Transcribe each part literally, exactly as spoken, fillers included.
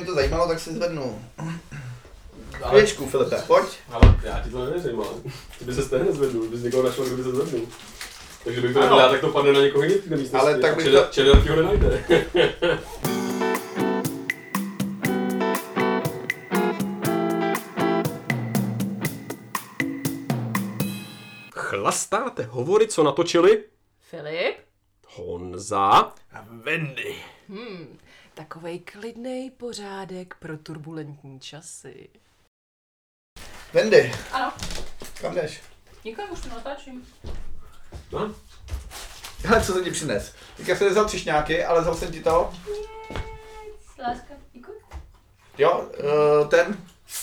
to zajímalo, tak si zvednu. Chvíličku, Filipe, pojď. Ale já ti to nevěřím, ale ty by se stejně nezvednul, kdybys někoho našel, kdo by se zvednul. Takže bych to nebyl já, tak to padne na někoho jiný na místnosti. Ale tak bych to... to... Čedel ti ho nenajde. Chlastáte hovory, co natočili? Filip? Honza. A Wendy. Hmm, takovej klidnej pořádek pro turbulentní časy. Wendy. Ano. Kam jdeš? Nikam, už to natáčím. No? Hele, co jsem ti přines? Teďka jsem vzal třišňáky, ale vzal jsem ti to. Láska, děkuji. Jo, uh, ten.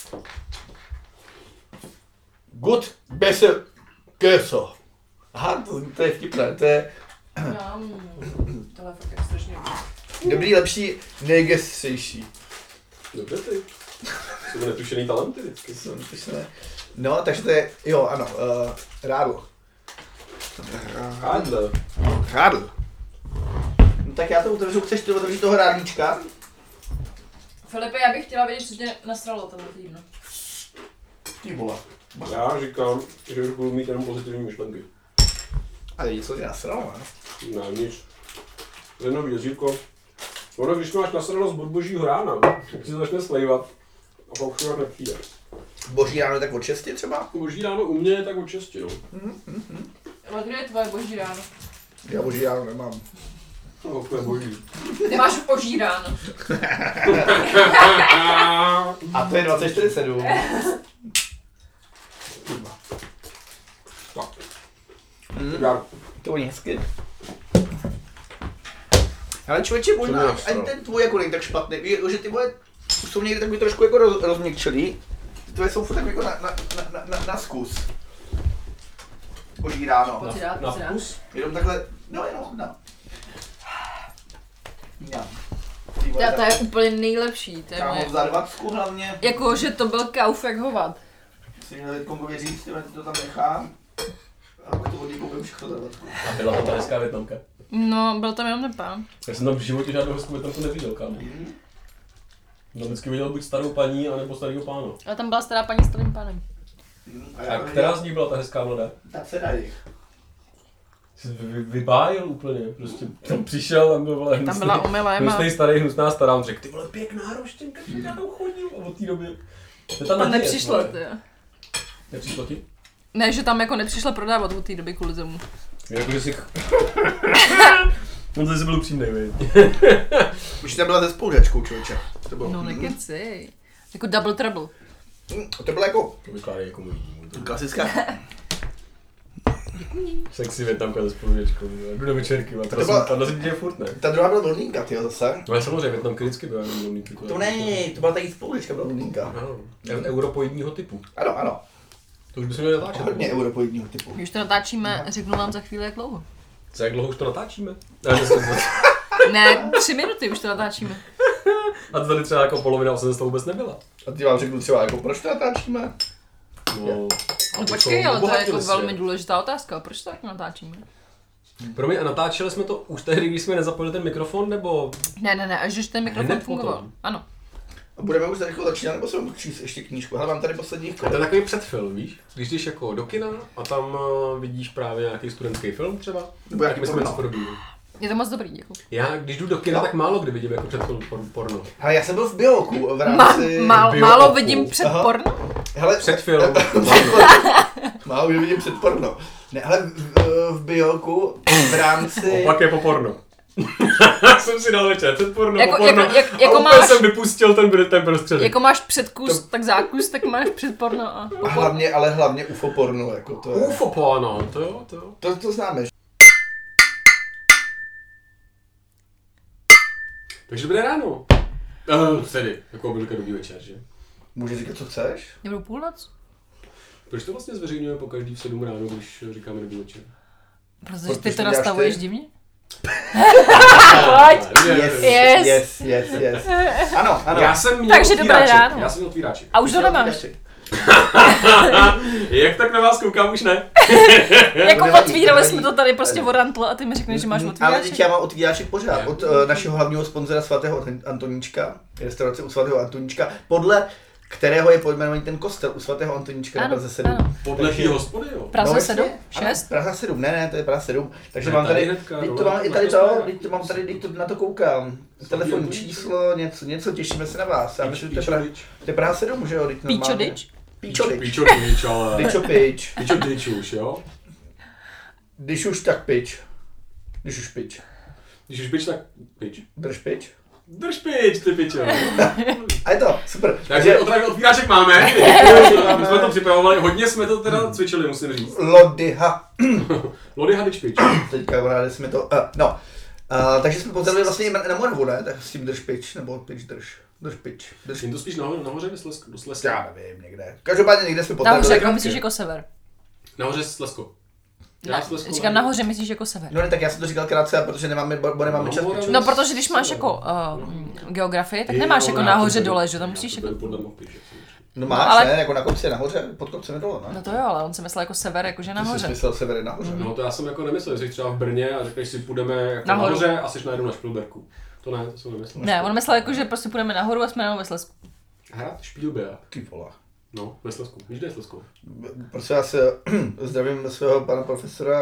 Good Bessel Queso. Aha, to, to je vtipné, to je Mm, tohle fakt je strašně dobrý, lepší, nejgestřejší. Dobře ty. Jsou netušený talenty vždycky. Jsou netušené. No, takže to je, jo, ano, uh, rádl. Rádl. Rádl. No tak já to otevřu, chceš ty otevřít toho rádlíčka? Filipe, já bych chtěla vědět, co tě nasralo tenhle týden. Ty vole. Já říkám, že už budu mít jenom pozitivní myšlenky. Ale něco tě nasralo, ne? Ne, nic. Jedno věřívko. Ono, když máš nasralo z božího rána, tak si to začne slejvat. A pak už to nepřijde. Boží ráno tak od šesti třeba? Boží ráno u mě je tak od šesti, no. Mm-hmm. Ale kde je tvoje boží ráno? Já boží ráno nemám. No, to je boží. Ty máš boží ráno. A to je dvacet čtyři sedm. Tak. Mm. Já. To je hezky. Ale člověče, možná ani ten tvůj jako není tak špatný, víš, že ty moje už jsou někdy takový trošku jako roz, rozměkčelý. Ty tvoje jsou furt tak jako na, na, na, na, na zkus. Boží ráno. Pojď si dát, Na pojď si dát. vkus? Jenom takhle, no jenom, no. No. To, to je úplně nejlepší, to je moje. Kámo, v Zadvacku hlavně. Jako, že to byl kauf jak hovat. Si měl Větkongově říct, že to tam nechám. A pak to od něj koupím všechno Zadvacku. A byla tam ta hezká Větnamka. No, byl tam jenom ten pán. Já jsem tam v životě žádnou hezkou Větnamku neviděl, kámo. No vždycky viděl buď starou paní, anebo starého pána. Ale tam byla stará paní s starým pánem. A, A která z nich byla ta hezká mladá? Ta dcera jich. Jsi vy, vybájil úplně, prostě tam přišel a byl vole hnusný, Tam byla omylem a... hnusný starý, hnusná stará, on řekl, ty vole pěkná roštěnka, že já tam chodil a od té doby. To To naděje, nepřišlo, vole. ty. Nepřišlo ti? Ne, že tam jako nepřišla prodávat od té doby kvůli tomu. Jako, že si... On zase byl upřímnej, vej. Už tam byla se spolužačkou, člověče. To bylo. No nekecej. Jako double trouble. Mm, to bylo jako To vykládej jako můj díl. klasická. Sexy Větnamka se spolužečkou, jdu do večerky, a To byla- tam se děje furt, ne? Ta druhá byla blondýnka, tyjo, zase. No ale samozřejmě, Větnamky vždycky byla jenom blondýnky. To ne, to byla taky spolužačka, byla blondýnka. Ano, europoidního typu. Ano, ano. To už bychom měli natáčet. Hodně europoidního typu. Když to natáčíme, řeknu vám za chvíli jak dlouho. Za jak dlouho už to natáčíme? Ne, dneska to... Ne, tři minuty už to natáčíme. A to tady třeba jako polovina osmdesát vůbec nebyla. A ty vám řeknu třeba, jako proč to natáčíme? No, No počkej, ale to je jako obohatili velmi se. důležitá otázka. Proč to tak natáčíme? Promiň, a natáčeli jsme to už tehdy, když jsme nezapojili ten mikrofon, nebo... Ne, ne, ne, až když ten mikrofon Hned fungoval. potom. Ano. A budeme už tady začínat, nebo se mám číst ještě knížku? Hele, mám tady posledních To je kolik. takový předfilm, víš? Když jdeš jako do kina a tam uh, vidíš právě nějaký studentský film třeba, Nebo jaký taky jsme porno. něco podobného. Je to moc dobrý, děkuji. Já, když jdu do kina, No. tak málo kdy vidím jako předfilm por- porno. Hele, já jsem byl v Bioku v Ma, rámci... má, bio málo oku. vidím před Aha. porno? Hele, Předfilm. málo kdy vidím před porno. Ne, hele, v, v Bioku v rámci... Opak je po porno. jsem si dal večer před porno, Jako- po porno jako- jak- a jako úplně máš- jsem vypustil ten, ten prostředek. Jako máš předkus, tak zákus, tak máš před porno a po A porno. hlavně, ale hlavně U F O porno, jako to je... Ufo porno, to jo, to jo. To, to známe, že? Takže dobré ráno. Uh, tedy, jako obvykle dobrý večer, že? Můžeš říkat, co chceš? Nebudu půlnoc? Proč to vlastně zveřejňujeme po každý v sedm ráno, když říkáme dobrý večer? Protože Protože ty to děláš nastavuješ ty? divně? Pojď! Yes, Yes. yes, yes, yes. Ano, ano. Já jsem měl Takže dobré otvíráček. ráno. Já jsem měl otvíráček. A už to nemáš. Jak tak na vás koukám, už ne? Jako Nevadí, otvírali nevadí. jsme to tady prostě o rantl a ty mi řekneš, že máš Ale otvíráček. teď já mám otvíráček pořád od uh, našeho hlavního sponzora svatého Antoníčka, restaurace u svatého Antoníčka, podle kterého je pojmenovaný ten kostel u svatého Antoníčka na Ano, Praze sedm. ano. Podle té hospody, jo. Praze jasně, sedm? ano, šest? Praha sedm, ne, ne, to je Praha sedm. Takže Ne, mám tady tady, hnedka, teď to dole, mám i na tady to to, jsme. teď to mám tady, teď to na to koukám. Telefonní Antoníčka. číslo, něco, něco, těšíme se na vás. Já myslím, že to je Praha, Píčodič. to je Praha sedm, že jo, teď normálně. Píčodič? Píčodič. Píčodič, ale... Dičo pič. Píčodič už, jo? Když už tak pič. Když už pič. Když už pič, tak pič. Drž pič. Drž pič, ty piče. A je to, super. Takže otvíráček máme. My jsme to připravovali, hodně jsme to teda cvičili, musím říct. Lodyha. Lody hadič pič. Teďka rádi jsme to, uh, no. Uh, takže jsme pozdravili vlastně na Moravu, ne? Tak s tím drž pič, nebo pič drž. Drž pič. Drž Jím to spíš nahoře, nahoře do Slezska. Do Slezska. Já nevím, někde. Každopádně někde jsme Nahoře, pozdravili. jako myslíš jako sever. Nahoře Slezsko. Ne, říkám nahoře, myslíš jako sever. No ne, tak já jsem to říkal krátce, protože nemáme, bo nemáme No, čas. Moravu. piču. No protože když máš jako uh, geografii, tak nemáš Jo, jako já nahoře to beru. dole, že tam Já musíš to jako... beru podle mapy, že jsem No máš, ale- ne, jako na kopci je nahoře, pod kopcem je dole, ne? No to jo, ale on se myslel jako sever, jakože Ty jsi nahoře. myslel sever nahoře. No to já jsem jako nemyslel, že jsi třeba v Brně a řekneš si půjdeme jako Nahoru. nahoře a jsi najednou na Špilberku. To ne, to jsem nemyslel. Ne, on myslel jako, že prostě půjdeme nahoru a jsme jenom ve Slezsku. Hrát Špilberg. Ty vole. No, ve Slezsku. Víš, kde je Slezsko? Prosím vás, zdravím svého pana profesora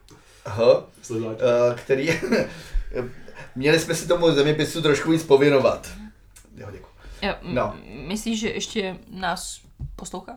H, Sledáč. eh, který... Měli jsme si tomu zeměpisu trošku víc pověnovat. Jo, děkuji. Jo, No. m- myslíš, že ještě nás poslouchá?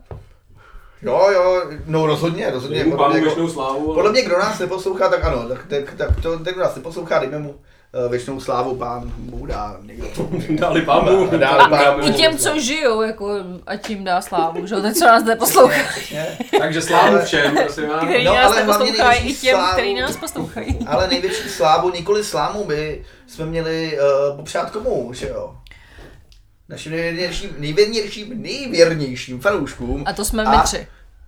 Jo, jo, no rozhodně, rozhodně. Dej mu Podle pánu mě, jako, věčnou slávu. ale- podle mě, kdo nás neposlouchá, tak ano, tak, tak, tak to, ten, kdo nás neposlouchá, dejme mu uh, věčnou slávu, pán mu dá někdo. Dali pámu. Dali pámu. I těm, co žijou, jako, ať tím dá slávu, že jo, teď co nás neposlouchají. Přesně. Takže slávu všem, prosím vás. Který No, nás ale hlavně neposlouchají, i největší těm, slávu. který nás poslouchají. Ale největší slávu, nikoli slámu by jsme měli uh, popřát komu, že jo? Našim nejvěrnějším, nejvěrnějším, nejvěrnějším fanouškům. A to jsme A- my tři.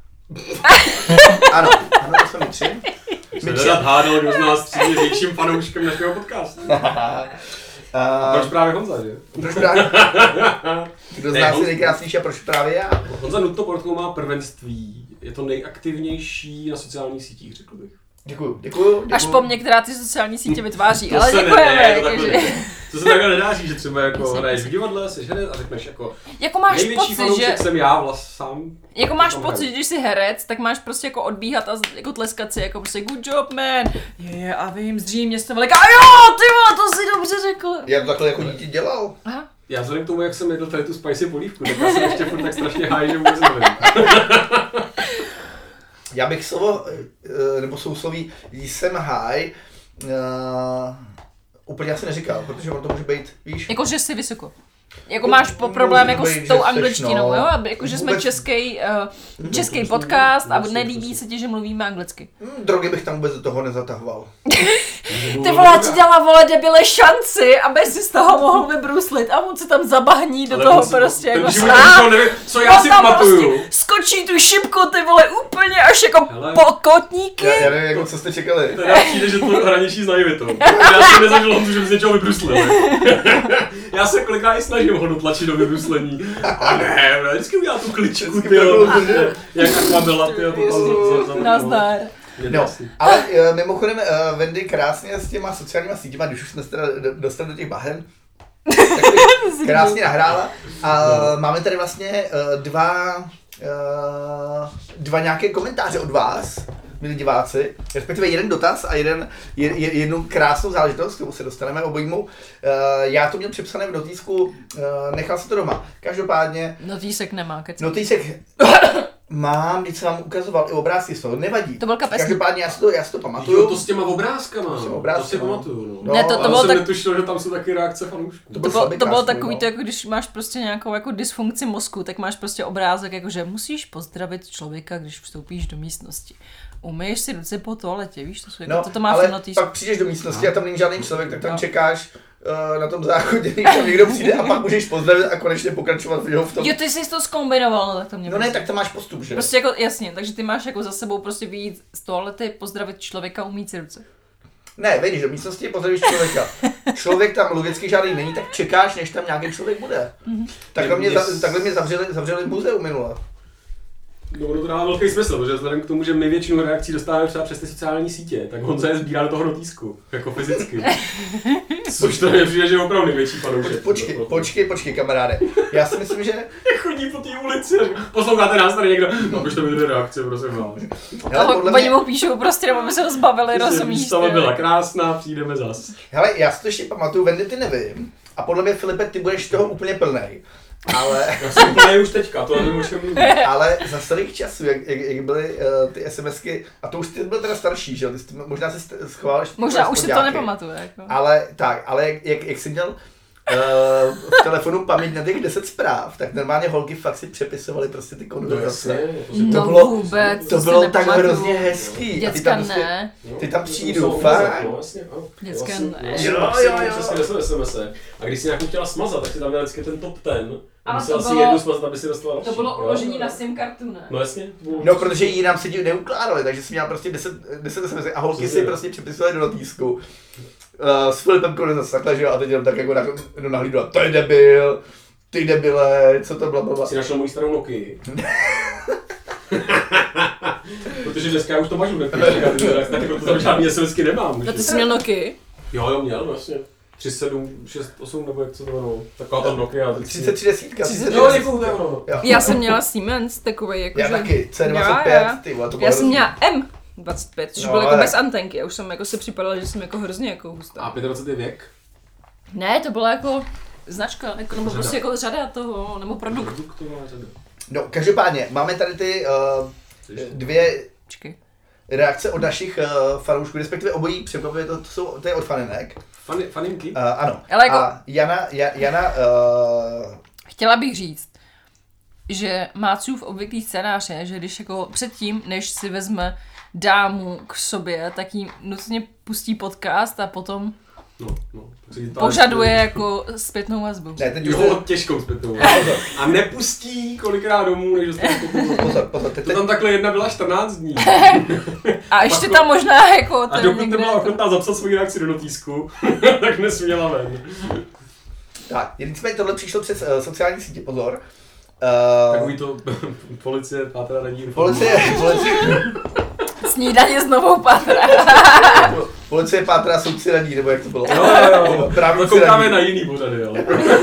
Ano, ano, to jsme my tři. Jsme teda hádal, kdo z nás tří je větším fanouškem našeho podcastu. Proč Uh, právě Honza, že? proč právě? Kdo z Ne, nás je Honza- nejkrásnější a proč právě já? Honza nutno podotknout má prvenství. Je to nejaktivnější na sociálních sítích, řekl bych. Děkuju, děkuju, děkuju. Až po mě, která ty sociální sítě vytváří, To ale se ne- děkujeme. ne, to takhle jakože- ne. To se takhle nedá říct, že třeba jako Jasně, hraješ jasně. v divadle, jsi herec a řekneš jako Jako máš největší pocit, fanoušek že... jsem já vlast sám. Jako máš Tam pocit, hraju. že když jsi herec, tak máš prostě jako odbíhat a z- jako tleskat si, jako prostě good job man. Je, je, a vím, zdří město veliká. A jo, ty vole, to si dobře řekl. Já to takhle jako dítě dělal. Aha. Já vzhledem k tomu, jak jsem jedl tady tu spicy polívku, tak já jsem ještě furt tak strašně high, že vůbec nevím. Já bych slovo, eh, nebo sousloví jsem high, uh, úplně asi neříkal, protože on to může být, víš? Jako, že jsi vysoko. Jako máš po problém jako Může být, s že tou seš, angličtinou, no. jo? Aby- Jako, že jsme Vůbec- český, uh, český podcast a nelíbí se ti, že mluvíme anglicky. Hm, drogy bych tam vůbec do toho nezatahoval. Ty vole, já ti dala vole debile šanci, aby si z toho mohl vybruslit a on se tam zabahní do Ale toho on se- prostě ten jako život srát. nikdo neví, co já On si tam pamatuju. prostě skočí tu šipku, ty vole, úplně až jako Hele. po kotníky. Já, já nevím, jako, co jste čekali. Teda přijde, že to hraničí s naivitou. Já jsem nezažil Honzu, že by z něčeho vybruslil. Já se kolikrát i snažím ho dotlačit do vybruslení. A ne, ne, vždycky udělá tu kličku, Vždycky tyjo. takovou, že- Jak Aquabella, tyjo, to tam za- za- za- Nazdar. Je to No, jasný. ale uh, mimochodem uh, Wendy krásně s těma sociálníma sítěma, když už jsme se teda do- dostali do těch bahen, tak to krásně nahrála. A No. máme tady vlastně uh, dva, uh, dva nějaké komentáře od vás, milí diváci, respektive jeden dotaz a jeden, je, je, jednu krásnou záležitost, k tomu se dostaneme obojímu. Uh, já to měl přepsané v notýsku, uh, nechal se to doma. Každopádně Notýsek nemá, kec. notýsek mám, když jsem vám ukazoval i obrázky z toho, nevadí. To byl kapesník. Každopádně já si to, já si to pamatuju. Jo, to s těma obrázkama, S těma to obrázkama. si pamatuju, no. No, Ne, to, to ale bylo jsem tak, netušil, že tam jsou taky reakce fanoušků. To to byl bylo, to bylo krásný, takový no. to, jako když máš prostě nějakou jako dysfunkci mozku, tak máš prostě obrázek, jako že musíš pozdravit člověka, když vstoupíš do místnosti. Umyješ si ruce po toaletě, víš, to jsou jako, No, to, to má ale v notýsku. pak přijdeš do místnosti a tam není žádný člověk, tak tam No. čekáš uh, na tom záchodě, než tam někdo přijde a pak můžeš pozdravit a konečně pokračovat v jeho v tom. Jo, ty jsi to zkombinoval, no tak to mě No ne, mrzí. tak tam máš postup, že? Prostě jako, jasně, takže ty máš jako za sebou prostě vyjít z toalety, pozdravit člověka, umýt si ruce. Ne, vejdeš do místnosti, pozdravíš člověka. Člověk tam logicky žádný není, tak čekáš, než tam nějaký člověk bude. Takhle mě, za, takhle mě zavřeli, zavřeli v muzeu minule. No, to dává velký smysl, protože vzhledem k tomu, že my většinu reakcí dostáváme třeba přes ty sociální sítě, tak Honza je sbírá do toho notýsku, jako fyzicky. Což to je přijde, že je opravdu největší fanoušek. Počkej, počkej, počkej, kamaráde. Já si myslím, že... Jak chodí po té ulici, posloucháte nás tady někdo, no už to byly reakce, prosím vás. Hele, Oni mě... mu píšou prostě, aby se ho zbavili, rozumíš? Výstava byla krásná, přijdeme zas. Hele, já si to ještě pamatuju, Wendy, ty nevím. A podle mě, Filipe, ty budeš toho úplně plnej. Ale... Já jsem plnej už teďka, to nevím, o čem mluvím. Ale za starých časů, jak, jak, jak byly uh, ty SMSky, a to už ty byl teda starší, že jo, ty jsi, možná si schoval ještě... Možná už si to nepamatuje, jako. Ale tak, ale jak, jak, jak jsi měl uh, v telefonu paměť na těch deset zpráv, tak normálně holky fakt si přepisovaly prostě ty konverzace. No, to no bylo, vůbec, to bylo tak hrozně hezký. Děcka ty tam prostě, ne. Ty tam přijdu, fakt. No, jasně, no. Děcka vlastně, ne. Jo, jo, jo. Přesně nesl es em es. A když si nějakou chtěla smazat, tak si tam měl vždycky ten top ten. Ale musela to si bylo- jednu smazat, aby si dostala To bylo uložení na SIM kartu, ne? No jasně. No, protože jí nám se ti neukládali, takže jsi měl prostě deset, deset es em es a holky si prostě přepisovaly do notýsku. Uh, s Filipem konec takhle, že jo, a teď jenom tak jako na, no, nahlídla, to je debil, ty debile, co to blablabla. Jsi našel moji starou Nokii. Protože dneska já už to mažu, tak jako to tam žádný SMSky nemám. No ty jsi měl Noky? Jo, jo, měl, vlastně. tři sedm šest osm nebo jak se to jmenuje. Taková tam Nokia. třicet tři desítka, třicet tři Jo, děkuju, to je ono. Jo. Já jsem měla Siemens takovej, jako Já že... taky, C dvacet Jo, pět, jo. ty vole, to bylo Já jsem hrozný. měla M dvacet pět, což No, bylo jako ale- bez antenky. Já už jsem jako si připadala, že jsem jako hrozně jako hustá. A dvacet pět je věk? Ne, to byla jako značka, jako, nebo Řada. prostě jako řada toho, nebo produkt. Produktová řada. No, každopádně, máme tady ty uh, dvě Počkej. reakce od našich uh, fanoušků, respektive obojí překvapivě, to, to, jsou, to je od faninek. Fany, faninky? Uh, ano. Ale jako- A Jana, ja, Jana uh, Chtěla bych říct, že Mácův obvyklý scénář je, že když jako předtím, než si vezme dámu k sobě, tak jí nutně pustí podcast a potom No, no. tak se jí to- požaduje jako zpětnou vazbu. ne, teď už Jo, těžkou zpětnou. A nepustí kolikrát domů, než dostane zpětnou. pozor, pozor, teď, To tam takhle jedna byla čtrnáct dní. A ještě tam možná jako A ten dokud někde... nebyla ochotná zapsat svoji reakci do notýsku, tak nesměla ven. tak, nicméně tohle přišlo přes uh, sociální sítě, pozor. Uh, Takový to policie pátra radí informace. policie, policie, Snídaně s novou patra. policie pátra soudci radí, nebo jak to bylo? Jo, jo, jo. To Právníci koukáme radí. na jiný pořady, ale.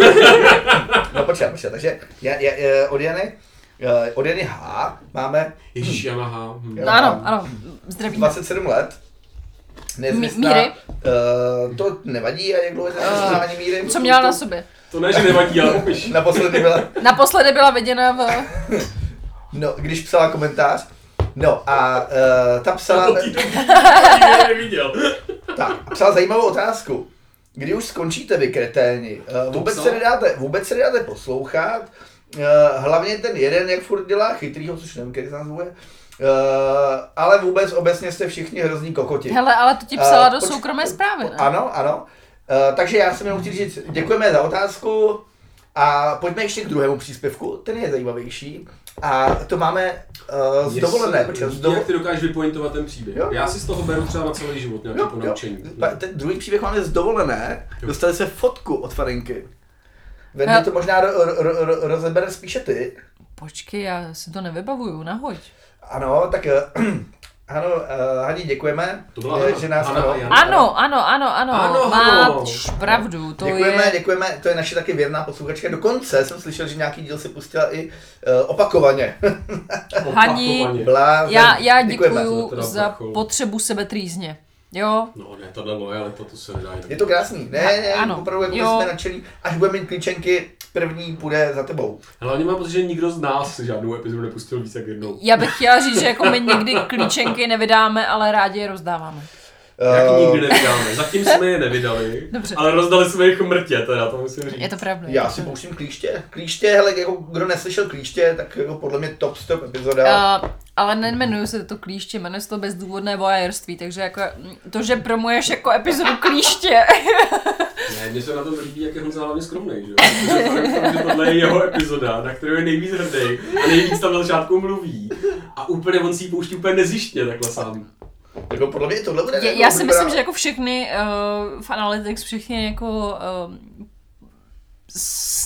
No počkej, počkej, takže ja, ja, ja, od Jany, uh, od Jany H máme Ježíš, Jana H. Hm. No ano, ano, zdravím. dvacet sedm let. Nezměstná, Míry? Uh, to nevadí, a jak dlouho je to uh, míry? Co měla na sobě? To ne, že nevadí, ale popiš. Naposledy byla, Naposledy byla viděna v... no, když psala komentář, no a uh, ta psala, Od té doby nikdy neviděl. tak, a psala zajímavou otázku. Kdy už skončíte vy, kreténi? Uh, vůbec, se nedáte, vůbec se nedáte poslouchat, uh, hlavně ten jeden, jak furt dělá chytrýho, což nevím, který se nás bude, uh, ale vůbec obecně jste všichni hrozný kokoti. Hele, ale to ti psala Uh, do poč- soukromé zprávy, ne? Ano, ano. Uh, takže já jsem jenom chtěl říct, děkujeme za otázku a pojďme ještě k druhému příspěvku, ten je zajímavější. A to máme uh, z dovolené, počkej, z Jak dovo- ty dokážeš vypointovat ten příběh? Jo. Já si z toho beru třeba na celý život nějaké jo, jo. ponaučení. Pa- Ten druhý příběh máme z dovolené, Jo. dostali se fotku od Farinky. Vendy Hele. to možná ro, ro, ro, rozebere spíše ty. Počkej, já si to nevybavuju, nahoď. Ano, tak uh, ano, uh, Hani, děkujeme, To byla eh, Hana. že nás Hana ano, a Jana. Ano, ano, ano, ano, Ano, máš ano. pravdu, to děkujeme, je... děkujeme, to je naše taky věrná posluchačka. Dokonce jsem slyšel, že nějaký díl se pustila i uh, opakovaně. Hani, Opakovaně. Blázen. Já, já Děkujeme. děkuju Teda za vrchol. potřebu sebetrýzně. Jo? No ne, tohle lojalita, to se nedá jinak. Je to krásný, ne, ne, Ano. opravdu jako Jo. jsme nadšený. Až budeme mít klíčenky, první půjde za tebou. Hlavně mám pocit, že nikdo z nás si žádnou epizodu nepustil víc jak jednou. Já bych chtěla říct, že jako my nikdy klíčenky nevydáme, ale rádi je rozdáváme. Jak Eh, nikdy nevydáme. Zatím jsme je nevydali, Dobře. ale rozdali jsme jich mrtě, teda to musím říct. Je to pravda. Já si pouštím klíště. Klíště, hele, jako kdo neslyšel klíště, tak jako podle mě top stop epizoda. Uh, ale nejmenuju se to klíště, jmenuje se to bezdůvodné voyeurství, takže jako mm, to, že promuješ jako epizodu klíště. Ne, mně se na tom líbí, jak je Honza hlavně skromnej, že jo? Protože vzhledem k tomu, že tohle je jeho epizoda, na kterou je nejvíc hrdý a nejvíc tam na začátku mluví. A úplně on si ji pouští úplně nezištně takhle sám. Jako podle mě tohle bude Já, jako já si dobrá- myslím, že jako všechny uh, v Analytics, všichni jako uh, sl-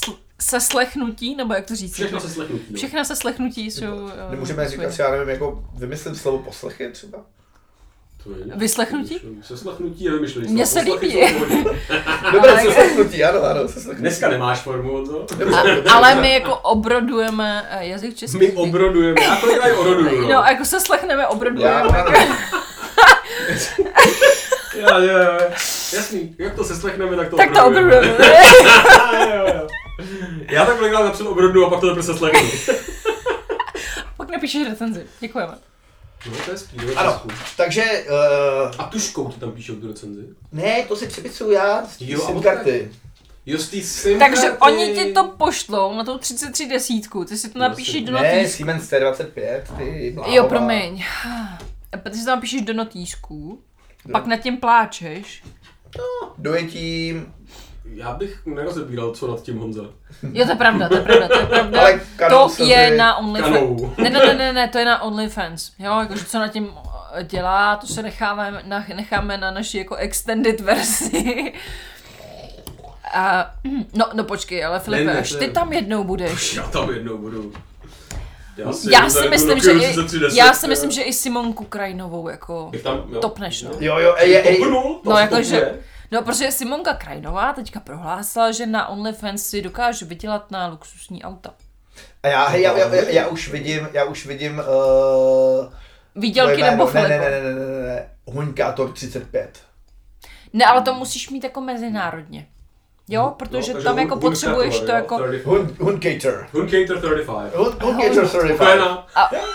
seslechnutí, nebo jak to říct? Všechno seslechnutí. No. Všechna seslechnutí jsou... Nemůžeme říkat, že já nevím, jako vymyslím slovo poslechy třeba? Vyslechnutí? Seslechnutí je vymyšlení. Mně se líbí. Dobré, seslechnutí, ano, ano, seslechnutí. Dneska nemáš formu, Honzo. Ale my jako obrodujeme jazyk český. My obrodujeme, já to dělají oroduju. No, jako se slechneme, obrodujeme. Já, ano. Já, jo, jo, jasný, jak to seslechneme, tak to tak obrodujeme. Tak to obrodujeme. jo, jo. Já tak kolikrát napřed obroduju a pak to teprve seslechnu. Pak napíšeš recenzi, děkujeme. No, to je hezký, to je Ano, hezký. takže... Uh, A tuškou ti tam píšou tu recenzi? Ne, to si přepisuju já z Jo, SIM a karty. Jo, z té SIM Takže karty. oni ti to pošlou na tou třicet tři desítku, ty si to napíšeš do Ne, notýsku. Siemens T dvacet pět, ty bláhová. Jo, promiň. A ty si to napíšeš do notýsku, pak nad tím pláčeš. No, dojetím. Já bych nerozebíral, co nad tím, Honza. Jo, to je pravda, to je pravda, to je pravda. Ale kanou To se je ty- na OnlyFans. Kanou. Ne, ne, ne, ne, ne, to je na OnlyFans. Jo, jakože co na tím dělá, to se necháme na, necháme na naši jako extended verzi. A, no, no počkej, ale Filipe, Ne, ne, až to ty je- tam jednou budeš. Já tam jednou budu. Já si tady myslím, budu že do i, třicet tři deset, já si jo. myslím, že i Simonku Krajnovou jako Bych tam, jo. topneš, no. Jo, jo, ej, ej, ej. Topnul? No, To jakože, stopuje. no, protože Simonka Krajnová teďka prohlásila, že na OnlyFans si dokáže vydělat na luxusní auta. A já, hej, já, já, já, já už vidím, já už vidím... Uh, Výdělky tvoje nebo jméno. Filipo? Ne, ne, ne, ne, ne, ne, Huňkátor třicet pět. Ne, ale to musíš mít jako mezinárodně. Jo, protože takže tam Hun- jako Hun potřebuješ Carter, to jo, jako... třicet pět. Hun, Huncator. Huncator třicet pět. Hun, Huncator třicet pět. Spokojená.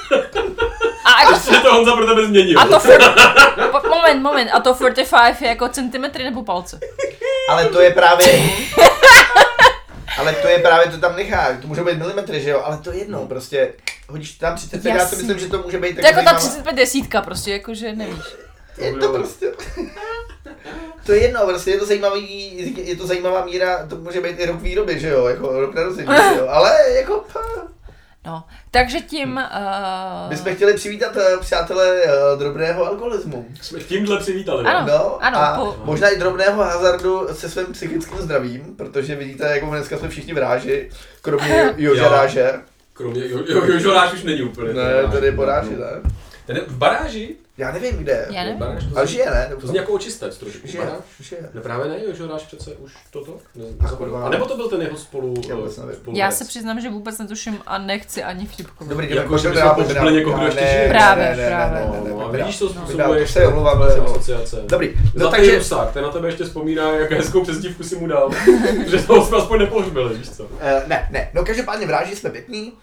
A jako... Prostě to Honza pro tebe změnil. A to for... po- moment, moment, a to čtyřicet pět je jako centimetry nebo palce? Ale to je právě... Ale to je právě, to tam nechá, to může být milimetry, že jo, ale to je jedno, prostě hodíš tam třicet pět, já si Jasný. myslím, že to může být To je jako ta zajímavá- třicet pět desítka prostě, jakože nevíš. Je to prostě... To je jedno, prostě je to zajímavý, je to zajímavá míra, to může být i rok výroby, že jo, jako rok narození, že jo, ale jako... No, takže tím... Uh... My jsme chtěli přivítat uh, přátelé uh, drobného alkoholismu. Jsme tímhle přivítali. Ano. No, ano, a po- možná i drobného hazardu se svým psychickým zdravím, protože vidíte, jako dneska jsme všichni v ráži, kromě Joža Jo. Ráže. Kromě, jo, jo, Jožo Ráš už není úplně. Ne, tady je po ráži, ne? Ten je v baráži? Já nevím kde. Já nevím. Baráž, to Ale zní- žije, ne? To zní jako očistec trošku. Žije, Baráž? žije. Ne, právě ne, Jožo Ráš přece už toto? Ne, A nezapadl. kurva. A nebo to byl ten jeho spolu... Já vůbec eh, nevím. spolu Já se přiznám, že vůbec netuším a nechci ani vtipkovat. Dobrý, Jako, jdeme, že pojďme bychom dál, pochopili pojďme dál. někoho, kdo ještě Ne, žije. ne, Právě, ne, ne, právě. ne, ne, No, ne, no, a pojďme vidíš, dál. to Vydal, způsobuje to se omlouvám, naše ale- asociace. Dobrý, no Zlatý takže... Rusák, ten na tebe ještě vzpomíná, jak hezkou přezdívku si mu dal. Že toho jsme aspoň nepohřbili, víš co? Uh, ne, ne, no každopádně v ráži jsme pěkný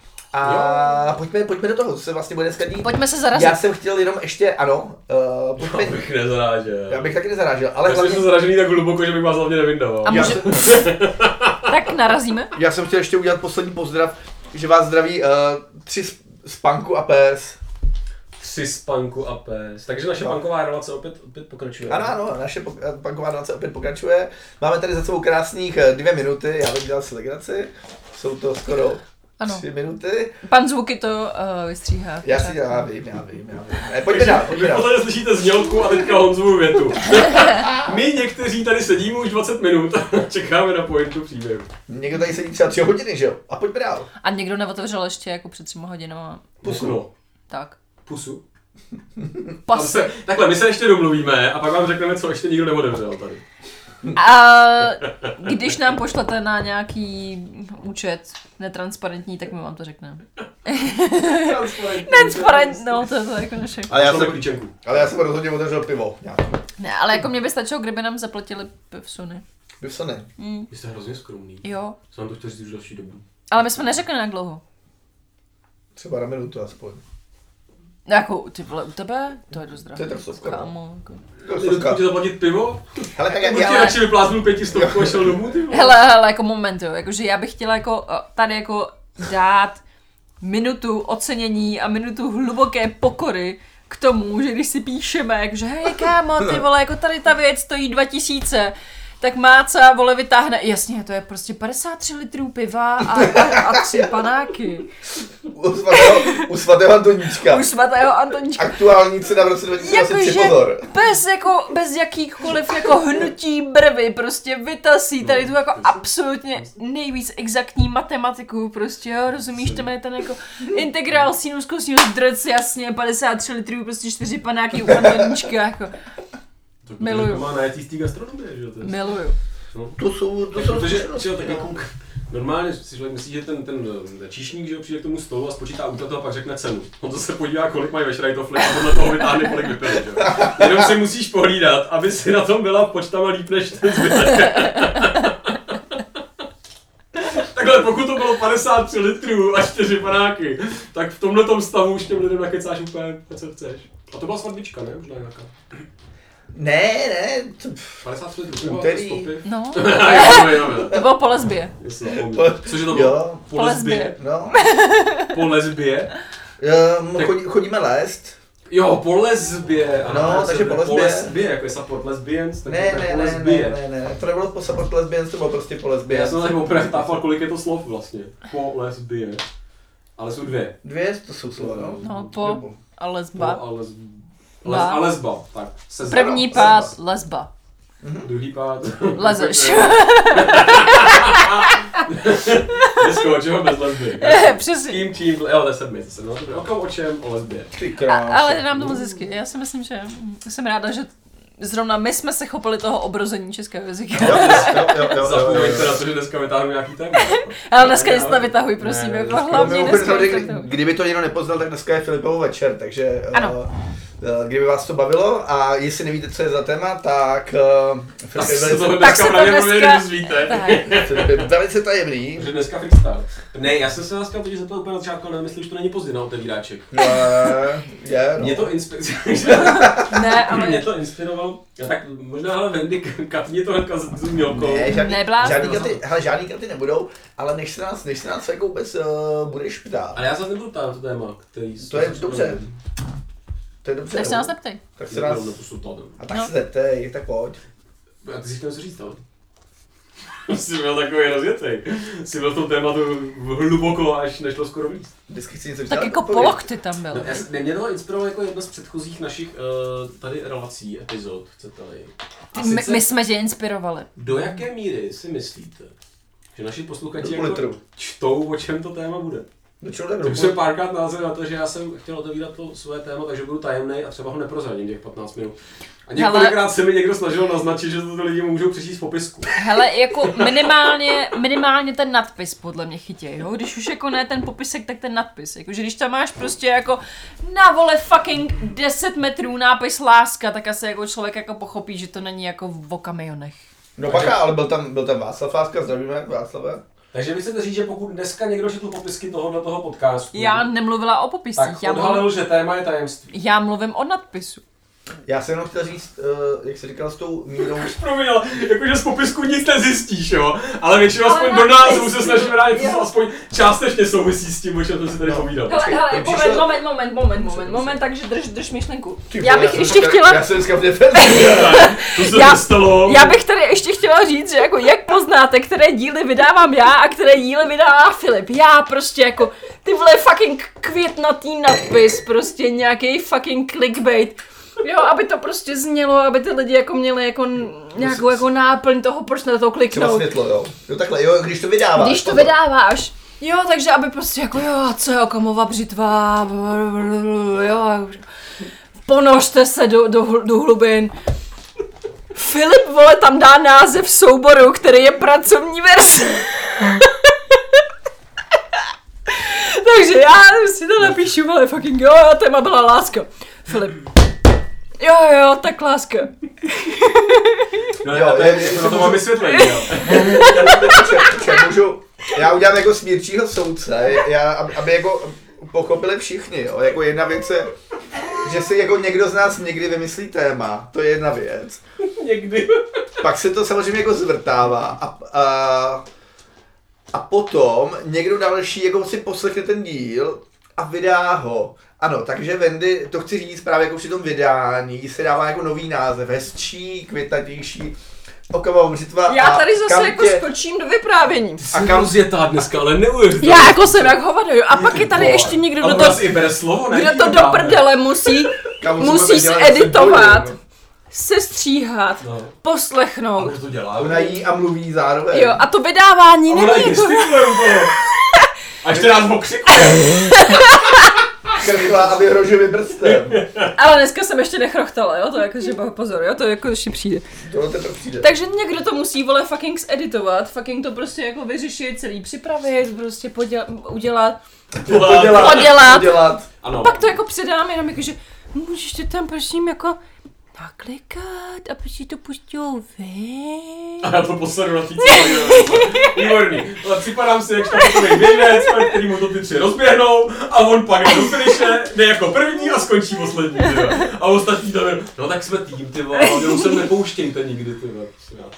a pojďme, pojďme do toho, co se vlastně bude dneska dít. Pojďme se zarazit. Já jsem chtěl jenom ještě, ano, uh, Já pojďme, bych nezarážel. já bych taky nezarážel, ale Já hlavně, jsem zaražený tak hluboko, že bych vás hlavně nevydával. A já, může... jsem, Tak narazíme? já jsem chtěl ještě udělat poslední pozdrav, že vás zdraví uh, tři z, z Punku a P S. Tři z Punku a pes. Takže naše No. punková relace opět, opět pokračuje. Ano, ano, naše pok- eh, punková relace opět pokračuje. Máme tady za sebou krásných eh, dvě minuty, já bych dělal si legraci. Jsou to skoro Ano. tři minuty. Pan Zvuky to uh, vystříhá. Já si dělám, já vím, já vím, já vím. Ne, pojďme dál, pojďme Vy dál. poté slyšíte znělku a teďka Honzovu větu. My někteří tady sedíme už dvacet minut a čekáme na pointu příběhu. Někdo tady sedí třeba tři hodiny, že jo? A pojďme dál. A někdo neotevřel ještě jako před třema hodinama. Pusu. No. Tak. Pusu. Tam Pas. se, takhle, my se ještě domluvíme a pak vám řekneme, co ještě nikdo neodevřel tady. A když nám pošlete na nějaký účet netransparentní, tak my vám to řekneme. Transparent, no to je to jako naše. Ale já Šlo mi jsem, klíčenku. ale já jsem rozhodně otevřel pivo. Nějaký. Ne, ale jako mě by stačilo, kdyby nám zaplatili pivsuny. Bivsony. Mm, Vy jste hrozně skromný. jo. Jsem vám to chtěl říct už další dobu. Ale my jsme neřekli na jak dlouho. Třeba na minutu aspoň. Jako, ty vole, u tebe? To je dost drahé. To je tak stovka, no. Kámo, jako. Minutku ti zaplatit pivo? Hele, tak Já jak bych ti já... radši vypláznul pětistovku a šel domů, ty vole. Hele, hele, jako moment, jo, jakože já bych chtěla jako eh, tady jako dát minutu ocenění a minutu hluboké pokory k tomu, že když si píšeme, jakože hej kámo, ty vole, jako tady ta věc stojí dva tisíce, tak Máca, vole, vytáhne, jasně, to je prostě padesát tři litrů piva a, a, a tři panáky. u svatého, u svatého Antoníčka. U svatého Antoníčka. Aktuální cena v roce dva tisíce dvacet tři, pozor. Bez, jako, bez jakýchkoliv jako hnutí brvy, prostě vytasí tady tu jako absolutně nejvíc exaktní matematiku, prostě jo, rozumíš, tam je ten jako integrál sinus cosinus drc, jasně, padesát tři litrů, prostě čtyři panáky u Antoníčka, jako. Miluju. To má najetý z té gastronomie, že jo? Miluju. No. To jsou, to jsou Protože, že jo, tak jako normálně si člověk myslí, že ten, ten číšník, že jo, přijde k tomu stolu a spočítá útlatu a pak řekne cenu. On to se podívá, kolik mají ve šrajtofli a podle toho vytáhne, kolik vypili, že jo. Jenom si musíš pohlídat, aby si na tom byla počtama líp než ten zbytek. Takhle, pokud to bylo padesát tři litrů a čtyři panáky, tak v tomhletom stavu už těm lidem nakecáš úplně, co chceš. A to byla svatbička, ne? Už nějaká. Ne, ne. To... padesát tři litrů, Úterý. No. To bylo po lesbě. Cože to bylo? Jo. Po lesbě? No. Po lesbě? Um, chodí, chodíme lézt. Jo, po lesbě. No, takže po lesbě. Po lesbě, jako je support lesbians, tak Ne, ne, ne, po ne, lesbě. ne, ne, ne, to nebylo po support lesbians, to bylo prostě po lesbě. Já jsem tady opravdu táfal, kolik je to slov vlastně. Po lesbě. Ale jsou dvě. Dvě, to jsou slova, no. No, po a lesba. Po a lesba. Les, a lesba, tak. Se První pád, lesba. Mhm. Druhý pád. Lezeš. Dneska čeho bez lesby. Přesně. Kým, čím, jo, to je sedmi, to sedmi. O kom, o čem, o lesbě. Ty A, krása. ale jde nám to moc hezky. Já si myslím, že jsem ráda, že zrovna my jsme se chopili toho obrození českého jazyka. Jo, jo, jo, jo, Zapomeňte na to, že dneska vytáhnu nějaký téma. Ale dneska nic nevytahuj, prosím, Ne, jako ne, hlavně No, dneska mimochodem, nevytahuj. kdyby to někdo nepoznal, tak dneska je Filipovo večer, takže Ano. uh, kdyby vás to bavilo a jestli nevíte, co je za téma, tak uh, Filip Tak je se velice, to Tak dneska se to pravděpodobně dneska- nedozvíte. Tak. Filip je velice tajemný. Že dneska freestyle. Ne, já jsem se vás chtěl totiž zeptat úplně na začátku, ale nevím, jestli už to není pozdě na otevíráček. No, je, no. Mě to inspirovalo. Ne, ale Mě to inspirovalo. Ja, tak možná ale Wendy katni to hnedka s mělkou. Ne, žádný, Neblázno. žádný, katy, hele, žádný katy nebudou, ale než se nás, než se nás jako vůbec uh, budeš ptát. Ale já se nebudu ptát to téma, který... To je dobře. To je dobře. tak se nás neptej. Tak se nás... A tak No. se zeptej, tak pojď. A ty jsi chtěl něco říct, ale? Jsi byl takový rozjetej. Jsi byl v tom tématu hluboko, až nešlo skoro víc. Vždycky chci něco Tak říct, jako odpověď. polokty tam No, byly. já, jsem- mě to inspirovalo jako jedna z předchozích našich uh, tady relací, epizod, chcete-li. A My, sice, my jsme tě inspirovali. do jaké míry si myslíte, že naši posluchači Do jako litru. čtou, o čem to téma bude? Do čeho tak Tak jsem párkrát názor na to, že já jsem chtěl otevírat to své téma, takže budu tajemný a třeba ho neprozradím těch patnáct minut. A několikrát se mi někdo snažil naznačit, že to ty lidi můžou přečíst v popisku. Hele, jako minimálně, minimálně ten nadpis podle mě chytě, jo? Když už jako ne ten popisek, tak ten nadpis. Jakože když tam máš prostě jako na vole fucking deset metrů nápis láska, tak asi jako člověk jako pochopí, že to není jako o kamionech. No bacha, ale byl tam, byl tam Václav Láska, zdravíme Václave. Takže vy chcete říct, že pokud dneska někdo četl popisky tohohle toho podcastu, Já nemluvila o popiscích, tak já odhalil, mluvím, že téma je tajemství. já mluvím o nadpisu. Já jsem jenom chtěl říct, uh, jak jsi říkal s tou mírou, Promiň, ale jakože z popisku nic nezjistíš, jo? Ale většinou Ale aspoň do nadpis. názvu se snažíme dát něco, Jo. co aspoň částečně souvisí s tím, o čem jsem si tady No. povídal. Hele, hele, Mně moment, přišlo- moment, moment, moment, moment, moment, takže drž, drž myšlenku. Ty Já vole, bych jsem ještě tak- chtěla... Já jsem dneska v defenzi. To se Já- nestalo. Já bych tady ještě chtěla říct, že jako jak poznáte, které díly vydávám já a které díly vydává Filip. Já prostě jako ty vole fucking květnatý nadpis, prostě nějaký fucking clickbait. Jo, aby to prostě znělo, aby ty lidi jako měli jako n- nějakou jako náplň toho, proč na to Třeba kliknout. světlo, jo. Jo takhle, jo, když to vydáváš. Když to pozor. vydáváš. Jo, takže aby prostě jako jo, co je okamova břitva, jo, ponořte se do, do, do hlubin. Filip, vole, tam dá název souboru, který je pracovní verze. Takže já si to napíšu, vole, fucking jo, téma byla láska. Filip. Jo, jo, tak láska. No, Jo, jo, to je- je, je- to, to mám vysvětlení, jo. Če, můžu, já udělám jako smírčího soudce, já, aby, aby jako pochopili všichni, jo. Jako jedna věc je, že si jako někdo z nás někdy vymyslí téma, to je jedna věc. Někdy. Pak se to samozřejmě jako zvrtává a, a, a potom někdo další jako si poslechne ten díl a vydá ho. Ano, takže Wendy, to chci říct právě jako při tom vydání, se dává jako nový název, hezčí, květatější. Okamova břitva. Já tady a zase kam jako tě... skočím do vyprávění. A kam rozjetá dneska, ale neuvěřitelně. Já jako jsem jak hovado, jo. A pak je tady ještě někdo, kdo to, i bere slovo, ne? kdo to do prdele musí, Kam musí dělat editovat, ceduli, sestříhat, No. poslechnout. A kdo to dělá? Ona jí a mluví zároveň. Jo, a to vydávání A není ona jako... gestikuluje u toho. A ještě nás pokřikuje. Krkla a vyhrožuje prstem. Ale dneska jsem ještě nechrochtala, jo, to jako, že pozor, jo, to jako ještě přijde. Tohle teprve přijde. Takže někdo to musí, vole, fucking editovat, fucking to prostě jako vyřešit, celý připravit, prostě poděla, udělat, Podělat. podělat. Podělat. Ano. Pak to jako předám jenom jako, že můžeš to tam prosím jako naklikat a pak si to pustil vy. A já to posedu na té celé. Výborný. Ale připadám si jak štapotový běžec, který mu to ty tři rozběhnou a on pak jde do finiše, jde jako první a skončí poslední. Tyva. A ostatní tam je, no tak jsme tým, ty vole, ale už se nepouštějte nikdy, ty vole.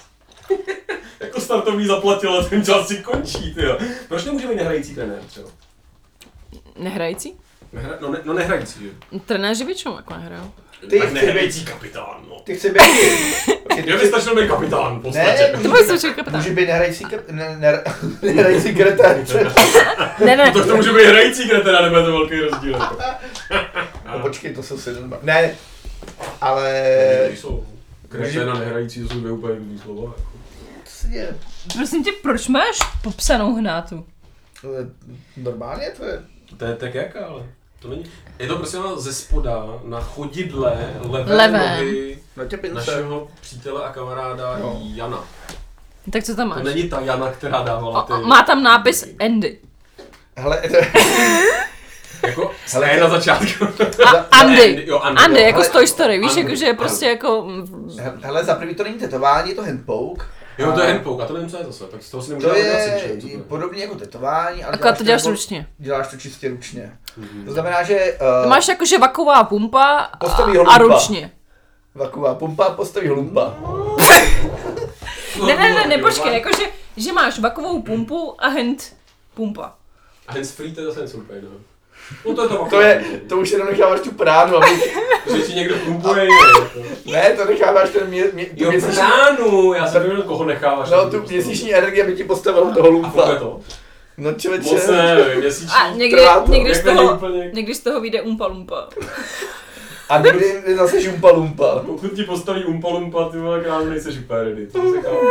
Jako startovní zaplatil a ten čas si končí, ty. Proč nemůže být nehrající trenér třeba? Nehrající? Nehra, no, ne, no nehrající, jo. Trenéři většinou jako nehrajou. Ty Tak chci nehrající kapitán, no. Ty chci být... Ty Mě by stačil být kapitán, v podstatě. Ne, To bude slučit kapitán. může být nehrající kap... Ne, ne, nehrající kretén. Ne, ne. No tak to může být hrající kretena, nebude to velký rozdíl. Jako. No počkej, to jsou si dva. Ne, ale... Nejsou. Kretena nehrající, to jsou dvě úplně různý slova. Jako. Co se děje? Prosím tě, proč máš popsanou hnátu? To je- Normálně to je... To je tak jaká, ale to není. Je to prostě ze spoda na chodidle levé Levé. nohy Na tě pince. našeho přítele a kamaráda No. Jana. Tak co tam To máš? není ta Jana, která dávala ty... O, o, má tam nápis Andy. Hele, to je... Jako Hele, ne to- na začátku. A Andy. Jo, Andy. Andy, jo. jako ale- z Toy Story, víš, Andy, jako, že je ano. prostě jako... Hele, za první to není tetování, je to handpoke. Jo, to A je handpoke, a to nevím, co je zase, tak z toho si nemůžu To dát je asi, co to je. podobně jako tetování, ale Akorát to děláš jako- ručně. Děláš to čistě ručně. Mhm. To znamená, že... Uh, Máš jakože vaková pumpa a, Postaví ho a lumpa. ručně. Vaková pumpa, postaví hlumpa. Ne, ne, ne, ne, počkej, jakože, že máš vakovou pumpu a hand pumpa. A handsfree to je zase něco úplně, no. No to je to To je, to už jenom necháváš tu pránu, aby... že ti někdo pumpuje, jako. Ne, to necháváš ten mě, mě, tu Jo, měsíční, pránu, já jsem nevěděl, koho necháváš. no, tu měsíční energii, aby ti postavil toho A funguje lumpa. to? No člověče, Moc nevím, měsíční. A někdy, Trvá to. někdy, z Jak není toho, úplně- někdy z toho vyjde umpa lumpa. a někdy zase žumpa lumpa. Pokud ti postaví umpa lumpa, ty vole, kámo, nejseš úplně ready. To se kámo.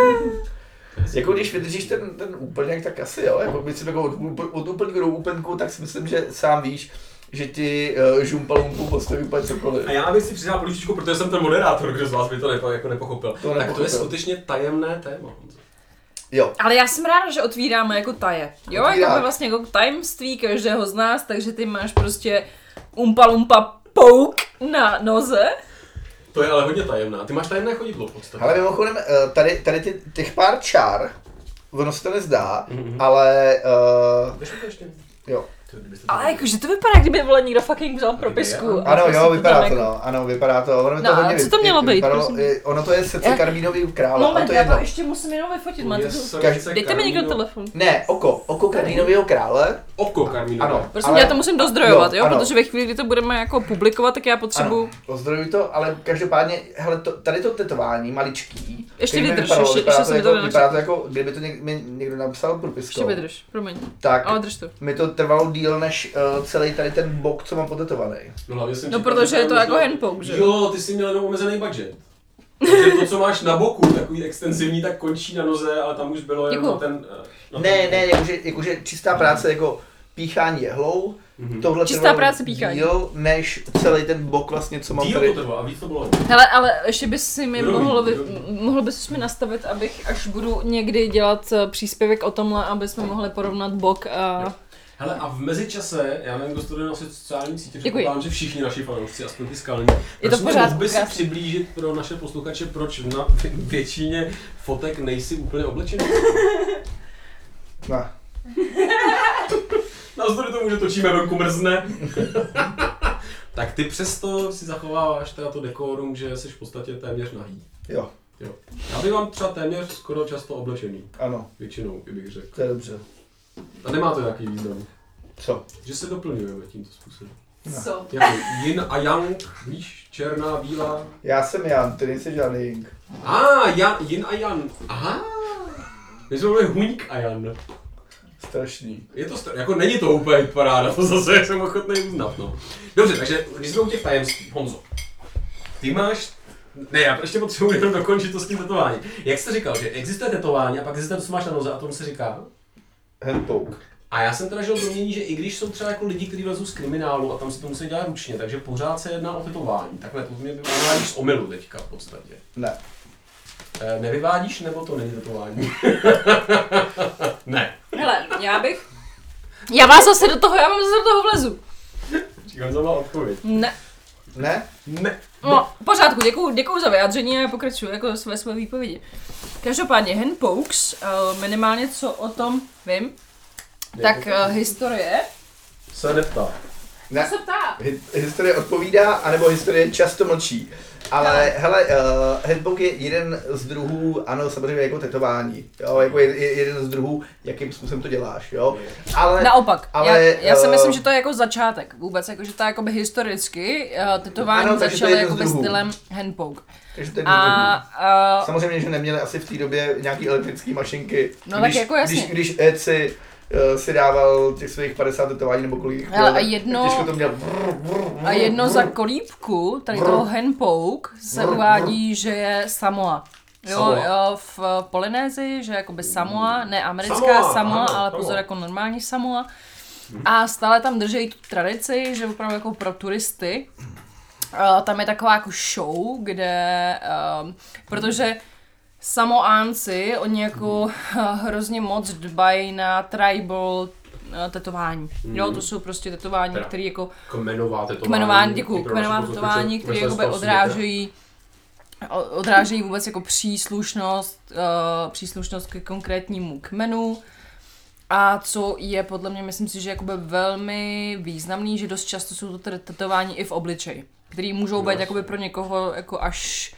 Jako když vydržíš ten, ten úplněk, tak asi jo, jako když si jako od, od úplňku do úplňku, tak si myslím, že sám víš, že ti uh, žumpa lumpu postaví úplně cokoliv. A já bych si přiznal políčičku, protože jsem ten moderátor, kdo z vás by to nepo, jako nepochopil. To tak to nepochopil. je skutečně tajemné téma. Jo. Ale já jsem ráda, že otvíráme jako taje. Jo, Otvírá. jako by vlastně jako tajemství každého z nás, takže ty máš prostě umpa lumpa pouk na noze. To je ale hodně tajemná. Ty máš tajemné chodidlo v podstatě. Ale mimochodem, uh, tady, tady ty, těch pár čár, ono se to nezdá, Mhm. ale uh, Jdeš to ještě? jo. Ty, kdybyste to Ale viděli. jakože to vypadá, kdyby vole někdo fucking vzal propisku. a Ano, prostě jo, vypadá tam to, jako- no, ano, vypadá to, ono by to No, a hodně co to vy- mělo být, vypadalo, prosím? i- ono to je srdce Já- karmínový krále, ale Moment, to je já to jedno. ještě musím jenom vyfotit, Je máte tu... srdce Dejte mi někdo Karmíno- telefon. Ne, oko, oko karmínového krále, Oko Karmíno. ano. Prosím, ale- já to musím dozdrojovat, jo, jo, ano. protože ve chvíli, kdy to budeme jako publikovat, tak já potřebuju... Ano, ozdrojuj to, ale každopádně, hele, to, tady to tetování, maličký. Ještě který by vydrž, vypadalo, ještě- vypadá ještě to se mi jako, to nenačte. vypadá to jako, kdyby to něk, mi někdo napsal propiskou. Ještě vydrž, promiň. Tak, Ale drž to. mi to trvalo díl než uh, celý tady ten bok, co mám potetovaný. No, hlavně jsem No, čekal, protože že je to možná- jako handpoke, že? Jo, ty jsi měl jenom omezený budget. Takže to, co máš na boku, takový extenzivní, tak končí na noze, ale tam už bylo jenom Děkuju. na ten... eh, Na Ne, ten... ne, jakože, jakože čistá práce jako píchání jehlou, Mhm. tohle Čistá trvalo práce píchání. díl, než celý ten bok vlastně, co mám Díl tady. to trvá a víc to bylo. Hele, ale ještě bys si mi Kdo ví, mohl, vy, kdo ví. mohl bys mi nastavit, abych až budu někdy dělat eh, příspěvek o tomhle, aby jsme mohli porovnat bok a... Jo. Hele, a v mezičase, já nevím, kdo studuje na sociální sítě, Děkuji. předpokládám, že všichni naši fanoušci, aspoň ty skalní. Je to v pořádku, by si krásně. přiblížit pro naše posluchače, proč na většině fotek nejsi úplně oblečený? No. Navzdory tomu, že točíme venku mrzne. Tak ty přesto si zachováváš teda to dekorum, že jsi v podstatě téměř nahý. Jo, Jo. Já bych vám třeba téměř skoro často oblečený. ano, Většinou, bych řekl. to je dobře. A nemá to nějaký význam. Co? Že se doplňujeme tímto způsobem. Co? Jako yin a yang, víš, černá, bílá. Já jsem Jan, ty nejsi žádný Jing. A, ah, jan, yin a yang. Aha. My jsme byli Huňk a Jan. Strašný. Je to str- jako není to úplně paráda, to zase jsem ochotný uznat, no. Dobře, takže když jsme u těch tajemství, Honzo. Ty máš... Ne, já ještě potřebuji jenom dokončit to s tím tetováním. Jak jste říkal, že existuje tetování a pak existuje to, co máš na noze a tomu se říká? Handpoke. A já jsem teda žil domění, že i když jsou třeba jako lidi, kteří vlezou z kriminálu a tam si to musí dělat ručně, takže pořád se jedná o tetování. Takhle to mě vyvádíš z omylu teďka v podstatě. Ne. E, nevyvádíš, nebo to není tetování? Ne. Hele, já bych... Já vás zase do toho, já vám zase do toho vlezu. Čekám za má odpověď. Ne. Ne? Ne. No, v pořádku, děkuju, děkuju za vyjádření a já pokračuju jako své své výpovědi. Každopádně handpokes, uh, minimálně co o tom vím, tak uh, historie... Se neptá. Ne. Co se ptá? Hi- historie odpovídá, anebo historie často mlčí. Ale hele, uh, handpoke je jeden z druhů, ano, samozřejmě jako tetování, jo, jako je, je jeden z druhů, jakým způsobem to děláš, jo. Ale, Naopak, ale, já, já si uh, myslím, že to je jako začátek vůbec, jako že to je jakoby historicky, uh, tetování Ano, takže to je začaly jeden z jakoby druhů. stylem handpoke. takže to je jeden z druhů. A uh, Samozřejmě, že neměli asi v té době nějaký elektrické mašinky. No tak jako jasně. Když, když Etsy uh, si dával těch svých padesát tetování nebo kolik jich Hele, chtěl, a jedno- tak těžko to měl. Brr, brr, brr, A jedno brr. za kolíbku, tady toho handpoke, se uvádí, že je Samoa. Jo, Samoa. jo, v Polynézii, že jakoby Samoa, ne americká Samoa, Samoa, ano, ale Samoa. pozor jako normální Samoa. A stále tam drží tu tradici, že opravdu jako pro turisty. Uh, tam je taková jako show, kde, uh, protože Samoánci, oni jako uh, hrozně moc dbají na tribal uh, tetování. Mm. Jo, to jsou prostě tetování, Teda. které jako Kmenová tetování. kmenování, děkuju, I pro kmenová naše tetování, posluchače, které vůbec jakoby nespasujete. odrážejí o- odrážejí vůbec jako příslušnost, uh, příslušnost ke konkrétnímu kmenu. A co je podle mě, myslím si, že jakoby velmi významný, že dost často jsou to tedy tetování i v obličeji, který můžou být jakoby pro někoho jako až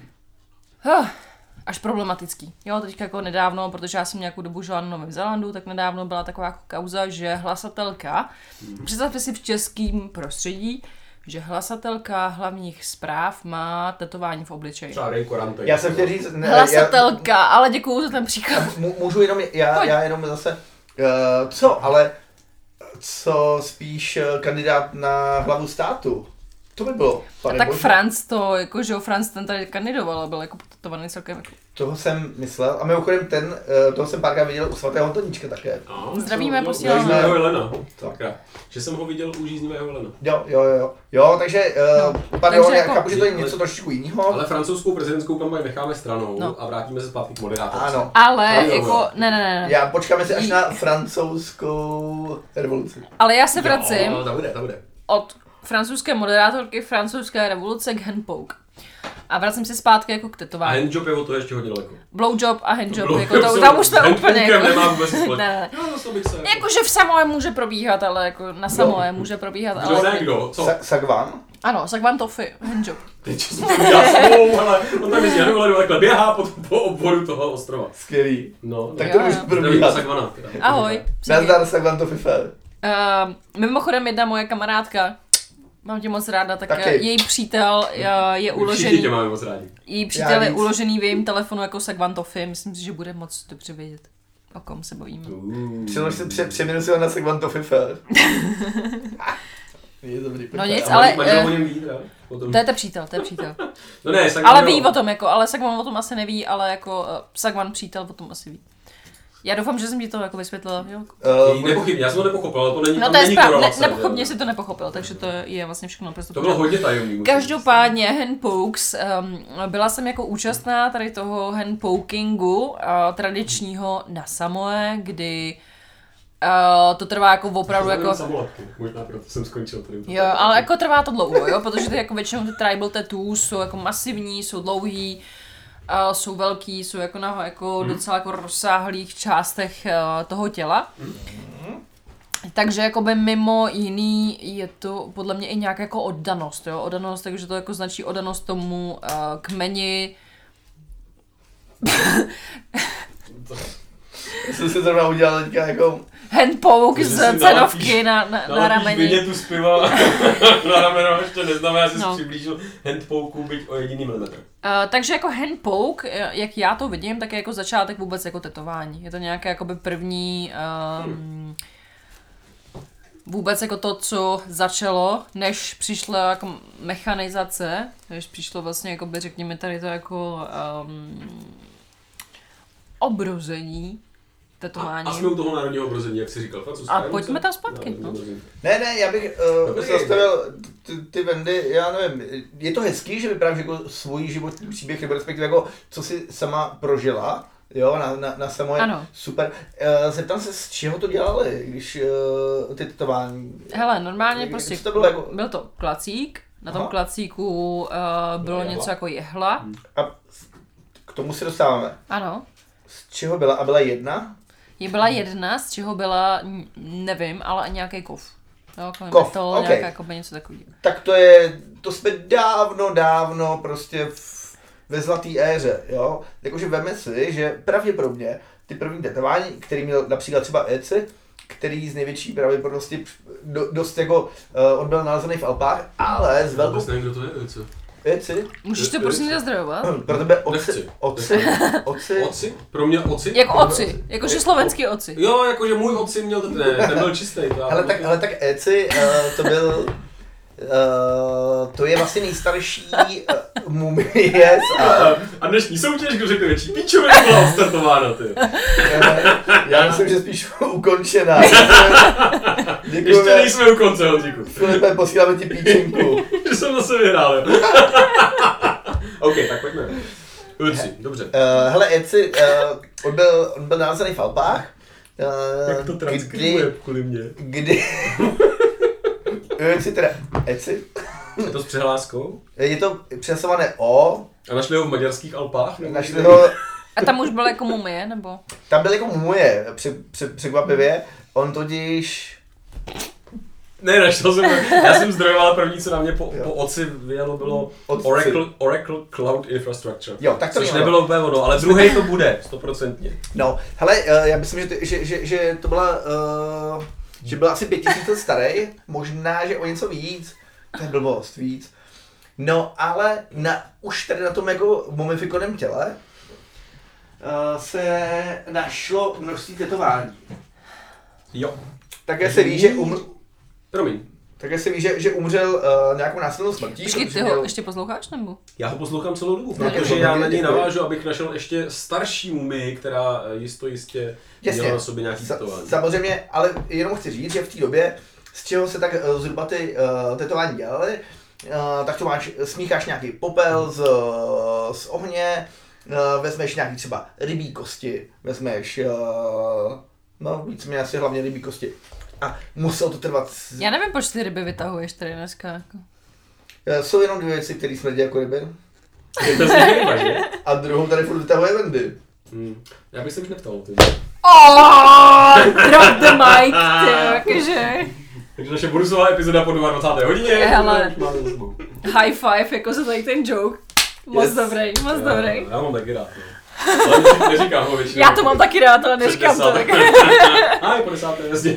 huh, až problematický. Jo, teďka jako nedávno, protože já jsem nějakou dobu žila na Novém Zélandu, tak nedávno byla taková jako kauza, že hlasatelka, hmm. představte si v českém prostředí, že hlasatelka hlavních zpráv má tetování v obličeji. Třeba Ray Korantej. Já jsem chtěl říct, ne, Hlasatelka, já, ale děkuju za ten příklad. Mů- můžu jenom, já, já jenom zase, uh, co, ale co spíš uh, kandidát na hlavu státu? To by bylo, pane Tak bože. Franc to, jako že jo, Franc ten tady kandidoval a byl jako potetovaný celkem jako... Toho jsem myslel, a mimochodem ten, uh, toho jsem párkrát viděl u svatého Antoníčka také. A, Zdravíme, jsem- posíláme. Jo, žíznivého Jelena. Tak. Takrát. Že jsem ho viděl u žíznivého Jelena. Jo, jo, jo, jo, takže, uh, No, pardon, takže já jako- chápu, že to je Ale- něco trošičku jiného. Ale francouzskou prezidentskou kampaň necháme stranou No. a vrátíme se zpátky k moderátorce. Ano. Ale Ano, jako, jo. ne, ne, ne, ne. Já počkáme si až na francouzskou revoluci. Ale já se vracím Jo, ta bude, ta bude. od francouzské moderátorky francouzské revoluce k handpoke. A vracím se zpátky jako k A tetování. handjob je od toho ještě hodně daleko. Blowjob a handjob, Blowjob jako to, jsou- tam už jsme s úplně handpokem jako... nemá vůbec nic ne, společného. ne, ne. Jo, to bych se... Jakože v Samoe může probíhat, ale jako na Samoe může probíhat, Kdo ale... ne kdo? Co? Sa- Sagvan? Ano, Sagvan Tofi, handjob. Teď jsem to udělal svou, ale on tam jezdí na dovolenou, takhle běhá po, po obvodu toho ostrova. Skvělý. No, Tak Jo, to jo. už Zdravíme probíhá. Sagvana. teda. Ahoj. Nazdar Sagvan to fife. Uh, mimochodem jedna moje kamarádka, mám tě moc ráda, tak Taky. Taky. její přítel uh, je My Všichni uložený, tě máme moc rádi. její Já přítel je víc. uložený v jejím telefonu jako Sagvan Tofi, myslím si, že bude moc dobře vědět, o kom se bavíme. Uh. Přilož si, pře, přeměnu si ho na Sagvan to fife. Je dobrý. No nic, A ale, manžel- manžel eh, o něm ví, teda? Potom... To je ten přítel, to je přítel. No ne, Sagvan Ale jo. ví o tom, jako, ale Sagvan o tom asi neví, ale jako uh, Sagvan přítel o tom asi ví. Já doufám, že jsem ti to jako vysvětlila, jo? Uh, Nepochybně, já jsem to nepochopil, ale to není, No tam to je není správně, korelace. ne, nepochopně jo. si to nepochopil, takže to je vlastně všechno naprosto To bylo pořádku. hodně tajemný. musím Každopádně handpokes, um, byla jsem jako účastná tady toho handpokingu uh, tradičního na Samoe, kdy uh, to trvá jako opravdu říct. jako... Samolepky, možná proto jsem skončil tady. Jo, ale jako trvá to dlouho, jo, protože ty jako většinou ty tribal tattoos jsou jako masivní, jsou dlouhý, uh, jsou velký, jsou jako na jako Hmm. docela jako rozsáhlých částech uh, toho těla. Takže jakoby mimo jiný je to podle mě i nějaká jako oddanost, jo, oddanost, takže to jako značí oddanost tomu uh, kmeni. jsem si zrovna udělal teďka jako... Handpoke Takže z si cenovky na, na, na rameni. Vinětu z piva na rameno ještě neznamená, že jsi No. přiblížil handpoke byť o jediný milimetr. Uh, takže jako handpoke, jak já to vidím, tak je jako začátek vůbec jako tetování. Je to nějaké jakoby první um, vůbec jako to, co začalo, než přišla jako mechanizace, než přišlo vlastně jakoby řekněme tady to jako um, obrození tetování. A, a jsme u toho národního obrození, jak jsi říkal. A pojďme tam zpátky. No. Ne, ne, já bych uh, zastavil ty, ty Wendy, já nevím, je to hezký, že vyprávíš jako svůj životní příběh, nebo respektive jako co jsi sama prožila, jo, na, na, na samo je super. Uh, zeptám se, z čeho to dělali, když uh, ty tetování? Hele, normálně prostě to bylo, jako... byl to klacík, na tom Aha. klacíku uh, bylo no, něco jako jehla. A k tomu se dostáváme. Ano. Z čeho byla? A byla jedna? Je byla jedna, z čeho byla, nevím, ale nějaký kov. Jo, kov, metal, okay. nějaká jako něco takového. Tak to je, to jsme dávno, dávno prostě v, ve zlatý éře, jo. Jakože veme si, že pravděpodobně ty první tetování, který měl například třeba Eci, který z největší pravděpodobnosti do, dost jako, uh, on byl nalezený v Alpách, ale z velkou... Vůbec nevím, kdo to je Eci. Eci? Můžeš to prosím zazdrojovat? Pro tebe oci. Oci. Oci. Oci? Pro mě oci? Jako oci, jakože slovenský oci. Jo, jakože můj oci měl ten, ne, ten byl čistý. Ale tak, ale tak Eci, uh, to byl... Uh, to je vlastně nejstarší uh, mumie a... a dnešní soutěž, kdo řekne větší píčovina, byla odstartována, ty. Já myslím, že spíš ukončená. Děkujeme. Ještě nejsme u konce, Honzíku. Filipe, posíláme ti píčinku. Že jsem zase vyhrál, jo. OK, tak pojďme. Eci, dobře. Uh, hele, Eci, uh, on byl, on byl nalezený v Alpách. Uh, Jak to transkribuje kvůli mě? Kdy... Eci teda, Eci. Je to s přehláskou? Je to přesované O. A našli ho v maďarských Alpách? Našli ho... A tam už byl jako mumie, nebo? Tam byl jako mumie, při, při, překvapivě. On totiž... Ne, našel jsem, já jsem zdrojoval první, co na mě po, po oci vyjelo, bylo Oracle, Oracle Cloud Infrastructure. Jo, tak to což nebylo úplně ono, ale druhý to bude, stoprocentně. No, hele, já myslím, že, ty, že, že, že to byla, uh, že byla asi pět tisíc let starý, možná, že o něco víc, to je blbost, víc. No, ale na, už tady na tom jako mumifikovaném těle uh, se našlo množství tetování. Jo. Také se ví, že umřel... Promiň. Také se ví, že, že umřel uh, nějakou násilnou smrtí. Počkej, ty ho měl... ještě posloucháš, nebo? Já ho poslouchám celou dobu, No, protože no, já no, na něj děkuji. navážu, abych našel ještě starší mumii, která jisto jistě Jasně. měla na sobě nějaký Sa- tetování. Samozřejmě, ale jenom chci říct, že v té době, z čeho se tak uh, zhruba ty uh, tetování dělaly, uh, tak to máš, smícháš nějaký popel z, uh, z ohně, uh, vezmeš nějaký třeba rybí kosti, vezmeš, uh, no víceméně asi hlavně rybí kosti. A muselo to trvat... Z... Já nevím, proč ty ryby vytahuješ tady dneska. Jako. Uh, jsou jenom dvě věci, které smrdí jako ryby. To je ryba, že? A druhou tady furt vytahuje Wendy. Hmm. Já bych se už neptal. Ty. Oh, drop the mic, ty, jakože. Takže naše bonusová epizoda po dvacáté hodině. Hele. High five, jako za tady ten joke. Moc yes. dobrý, moc já, dobrý. Já mám taky rád. No. Ale neříkám ho většinou. Já to mám taky rád, ale neříkám to tak. A je po desáté jezdě.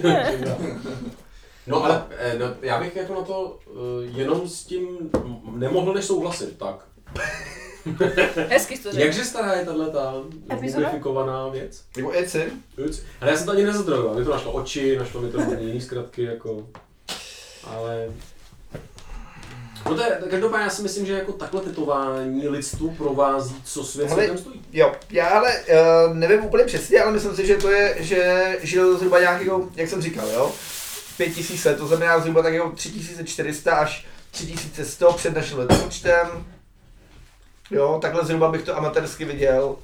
No ale no, já bych jako na to uh, jenom s tím nemohl než souhlasit, tak. Hezky to řekl. Jakže stará je tato mumifikovaná věc? Jako Eci. Ale já jsem to ani nezadrojoval, mě to našlo oči, našlo mi to jiný zkratky, jako, ale... No to je, každopádně já si myslím, že jako takhle tetování lidstvu provází, co svět světem stojí. Jo, já ale uh, nevím úplně přesně, ale myslím si, že to je, že žil zhruba nějakého, jak jsem říkal, jo, pět tisíc let, to znamená zhruba tak jako tři tisíce čtyři sta až tři tisíce sto před naším letopočtem. Jo, takhle zhruba bych to amatérsky viděl.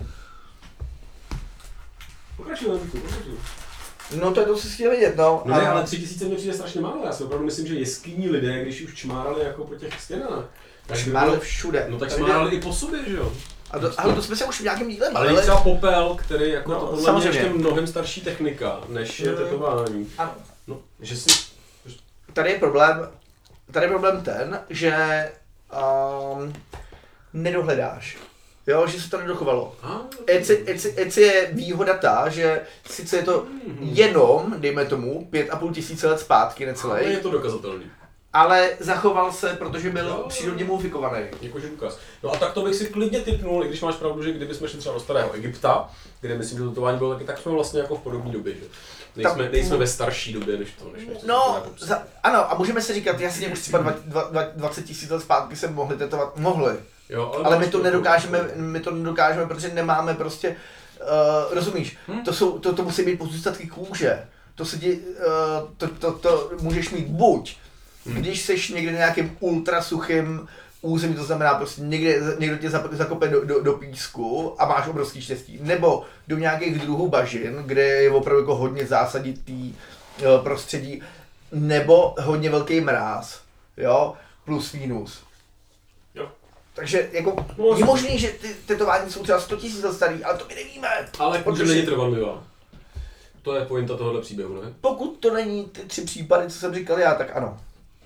Pokračujeme, pokračujeme. No to je to, co si chtěl vidět, no. No ne, ale tři tisíce mě přijde strašně málo, já si opravdu myslím, že jeskyní lidé, když už čmárali jako po těch stěnách. Čmárali všude. No tak čmárali i po sobě, že jo? A to, ale to jsme se už v nějakém díle ale ale třeba popel, který jako no, to podle mě ještě mnohem starší technika, než je tetování. Ano. No, že si... Tady je problém, tady je problém ten, že um, nedohledáš. Jo, že se to nedochovalo. Ah, Eci, eci, eci je výhoda ta, že sice je to jenom, dejme tomu, pět a půl tisíce let zpátky, ale necelej, je to dokazatelný. ale zachoval se, protože byl Jo. přírodně mumifikovaný. Jakože důkaz. No a tak to bych si klidně tipnul, i když máš pravdu, že kdybychom šli třeba do starého Egypta, kde myslím, že tetování bylo taky, tak jsme vlastně jako v podobné době, že? Nejsme, Tam- nejsme ve starší době, než to, než, než to No, se za, ano, a můžeme si říkat, jasně, už třeba dva- dva- dva- dvacet tisíc let zpátky se mohli tetovat, mohli, Jo, ale my máš to nedokážeme, my to nedokážeme, protože nemáme prostě, uh, rozumíš, Hm? to, jsou, to, to musí být pozůstatky kůže, to se dě, uh, to, to, to můžeš mít buď, Hm. když seš někde na nějakém ultrasuchým území, to znamená prostě někde, někdo tě zap- zakope do, do, do písku a máš obrovský štěstí, nebo do nějakých druhů bažin, kde je opravdu jako hodně zásaditý uh, prostředí, nebo hodně velký mráz, jo, plus minus. Jo. Takže jako No, je možný, že ty tetování jsou třeba sto tisíc let starý, ale to my nevíme. Ale Protože- protože není trvanlivá. To je pointa tohohle příběhu, ne? Pokud to není ty tři případy, co jsem říkal já, tak ano.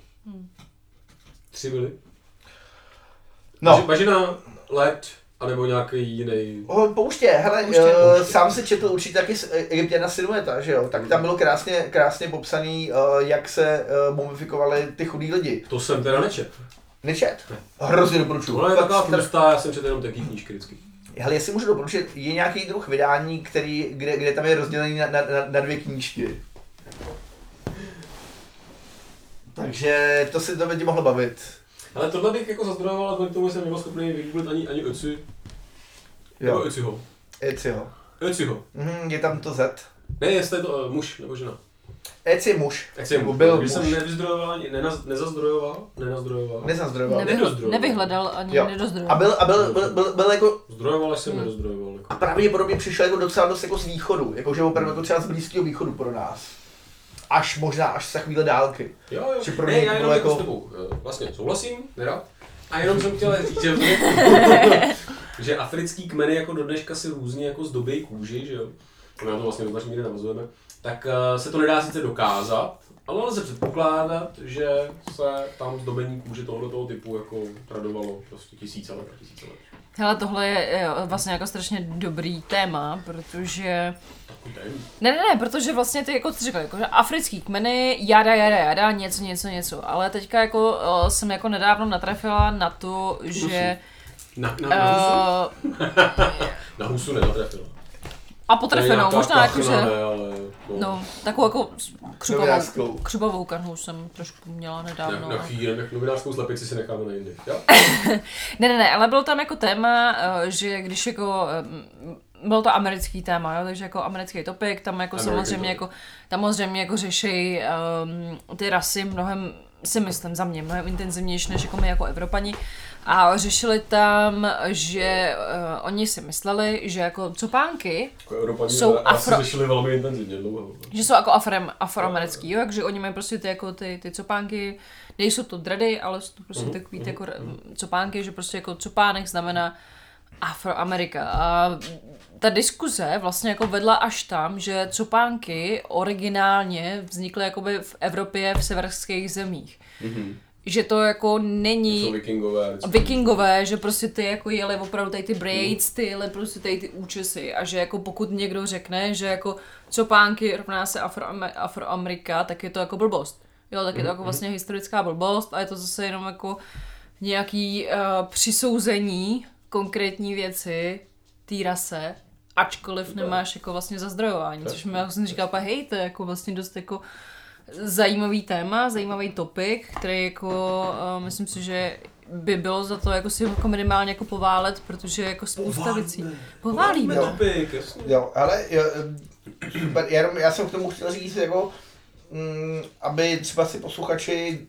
Tři byly. No, Bažina, led, anebo nějaký jiný. O, pouště, hele, Pouště. pouště. Uh, Pouště. sám si četl určitě taky z Egyptěna Silueta, že jo? Tak tam bylo krásně, krásně popsaný, uh, jak se uh, mumifikovaly ty chudý lidi. To jsem teda nečet. Nečet? Hrozně doporučuju. Ona je Fakt taková stra- tlustá, já jsem četl jenom taky knížky vždycky. Hele, jestli můžu doporučit, je nějaký druh vydání, který, kde, kde tam je rozdělený na, na, na, na dvě knížky. Takže to si to by tě mohlo bavit. Ale tohle bych jako zazdrojoval, ale k tomu jsem nebyl schopný vygooglit ani, ani Ötzi. Nebo Jo, Ötziho. Eciho. Ötziho. Mhm, je tam to Z. Ne, jestli je to uh, muž nebo žena. Eci je muž. Jak jsem Nebo byl byl Když muž. jsem nevyzdrojoval, ani nenaz, nezazdrojoval, nenazdrojoval. Nezazdrojoval. Nevyhl- nedozdrojoval. Nevyhledal ani Jo. nedozdrojoval. A byl, a byl, byl, byl, byl jako, Zdrojoval, až jsem Hmm. nedozdrojoval. Jako. a pravděpodobně přišel jako docela dost jako z východu, jakože opravdu jako třeba z Blízkého východu pro nás. Až možná až z takovýhle dálky. Jo, jo. Že pro Ne, něj já jenom bylo jako jako- s tebou eh, vlastně souhlasím, nerad. A jenom jsem chtěl říct, že, že africký kmeny jako do dneška si různě jako zdobí kůži, že jo. My na to vlastně do značky někde navazujeme. Tak uh, se to nedá sice dokázat, ale lze předpokládat, že se tam zdobení kůže tohoto typu jako tradovalo prostě tisíce let a tisíce let. Hele, tohle je je vlastně jako strašně dobrý téma, protože... Takový ten. Ne, ne, ne, protože vlastně ty, jako jsi říkal, jako, že africký kmeny, jada, jada, jada, něco, něco, něco, ale teďka jako uh, jsem jako nedávno natrefila na to, že... Na, na, na, husu? Uh, Na husu nenatrefila. a potrefenou, možná jako, že... Ne, ale, no. No, takovou jako křupovou, Novinářskou. křupovou kanhu jsem trošku měla nedávno. Na, na ale- chvíli, jak novinářskou slepici si necháme na jindy. Jo? Ne, ne, ne, ale bylo tam jako téma, eh, že když jako, eh, bylo to americký téma, jo, takže jako americký topik, tam jako American samozřejmě topic. jako, tam samozřejmě jako řeší um, ty rasy mnohem, si myslím za mě, mnohem intenzivnější než jako my jako Evropani. A řešili tam, že uh, oni si mysleli, že jako copánky, Jako Evropani Jsou asi afro- řešili velmi intenzivně dlouho. že jsou jako afro, afroamerický, jo, takže oni mají prostě ty, jako ty, ty copánky, nejsou to dready, ale jsou to prostě Mhm, takový ty jako copánky, že prostě jako copánek znamená Afroamerika. A ta diskuze vlastně jako vedla až tam, že copánky originálně vznikly jakoby v Evropě v severských zemích. Mhm. Že to jako To není... jsou vikingové. vždycky. Vikingové, že prostě ty jako jeli opravdu tady ty braids, ty jeli prostě tady ty účesy a že jako pokud někdo řekne, že jako copánky rovná se Afroam- Afroamerika, tak je to jako blbost. Jo, tak je to jako vlastně historická blbost a je to zase jenom jako nějaký uh, přisouzení konkrétní věci té rase, ačkoliv nemáš jako vlastně zazdrojování, což mi jako jsem říkala, hej, to je jako vlastně dost jako zajímavý téma, zajímavý topik, který jako, uh, myslím si, že by bylo za to jako si jako minimálně jako poválet, protože jako spousta věcí. Poválíme. Poválíme topik, jasně. Jo, ale jo, super, já, jenom, já jsem k tomu chtěl říct, jako, mm, aby třeba si posluchači,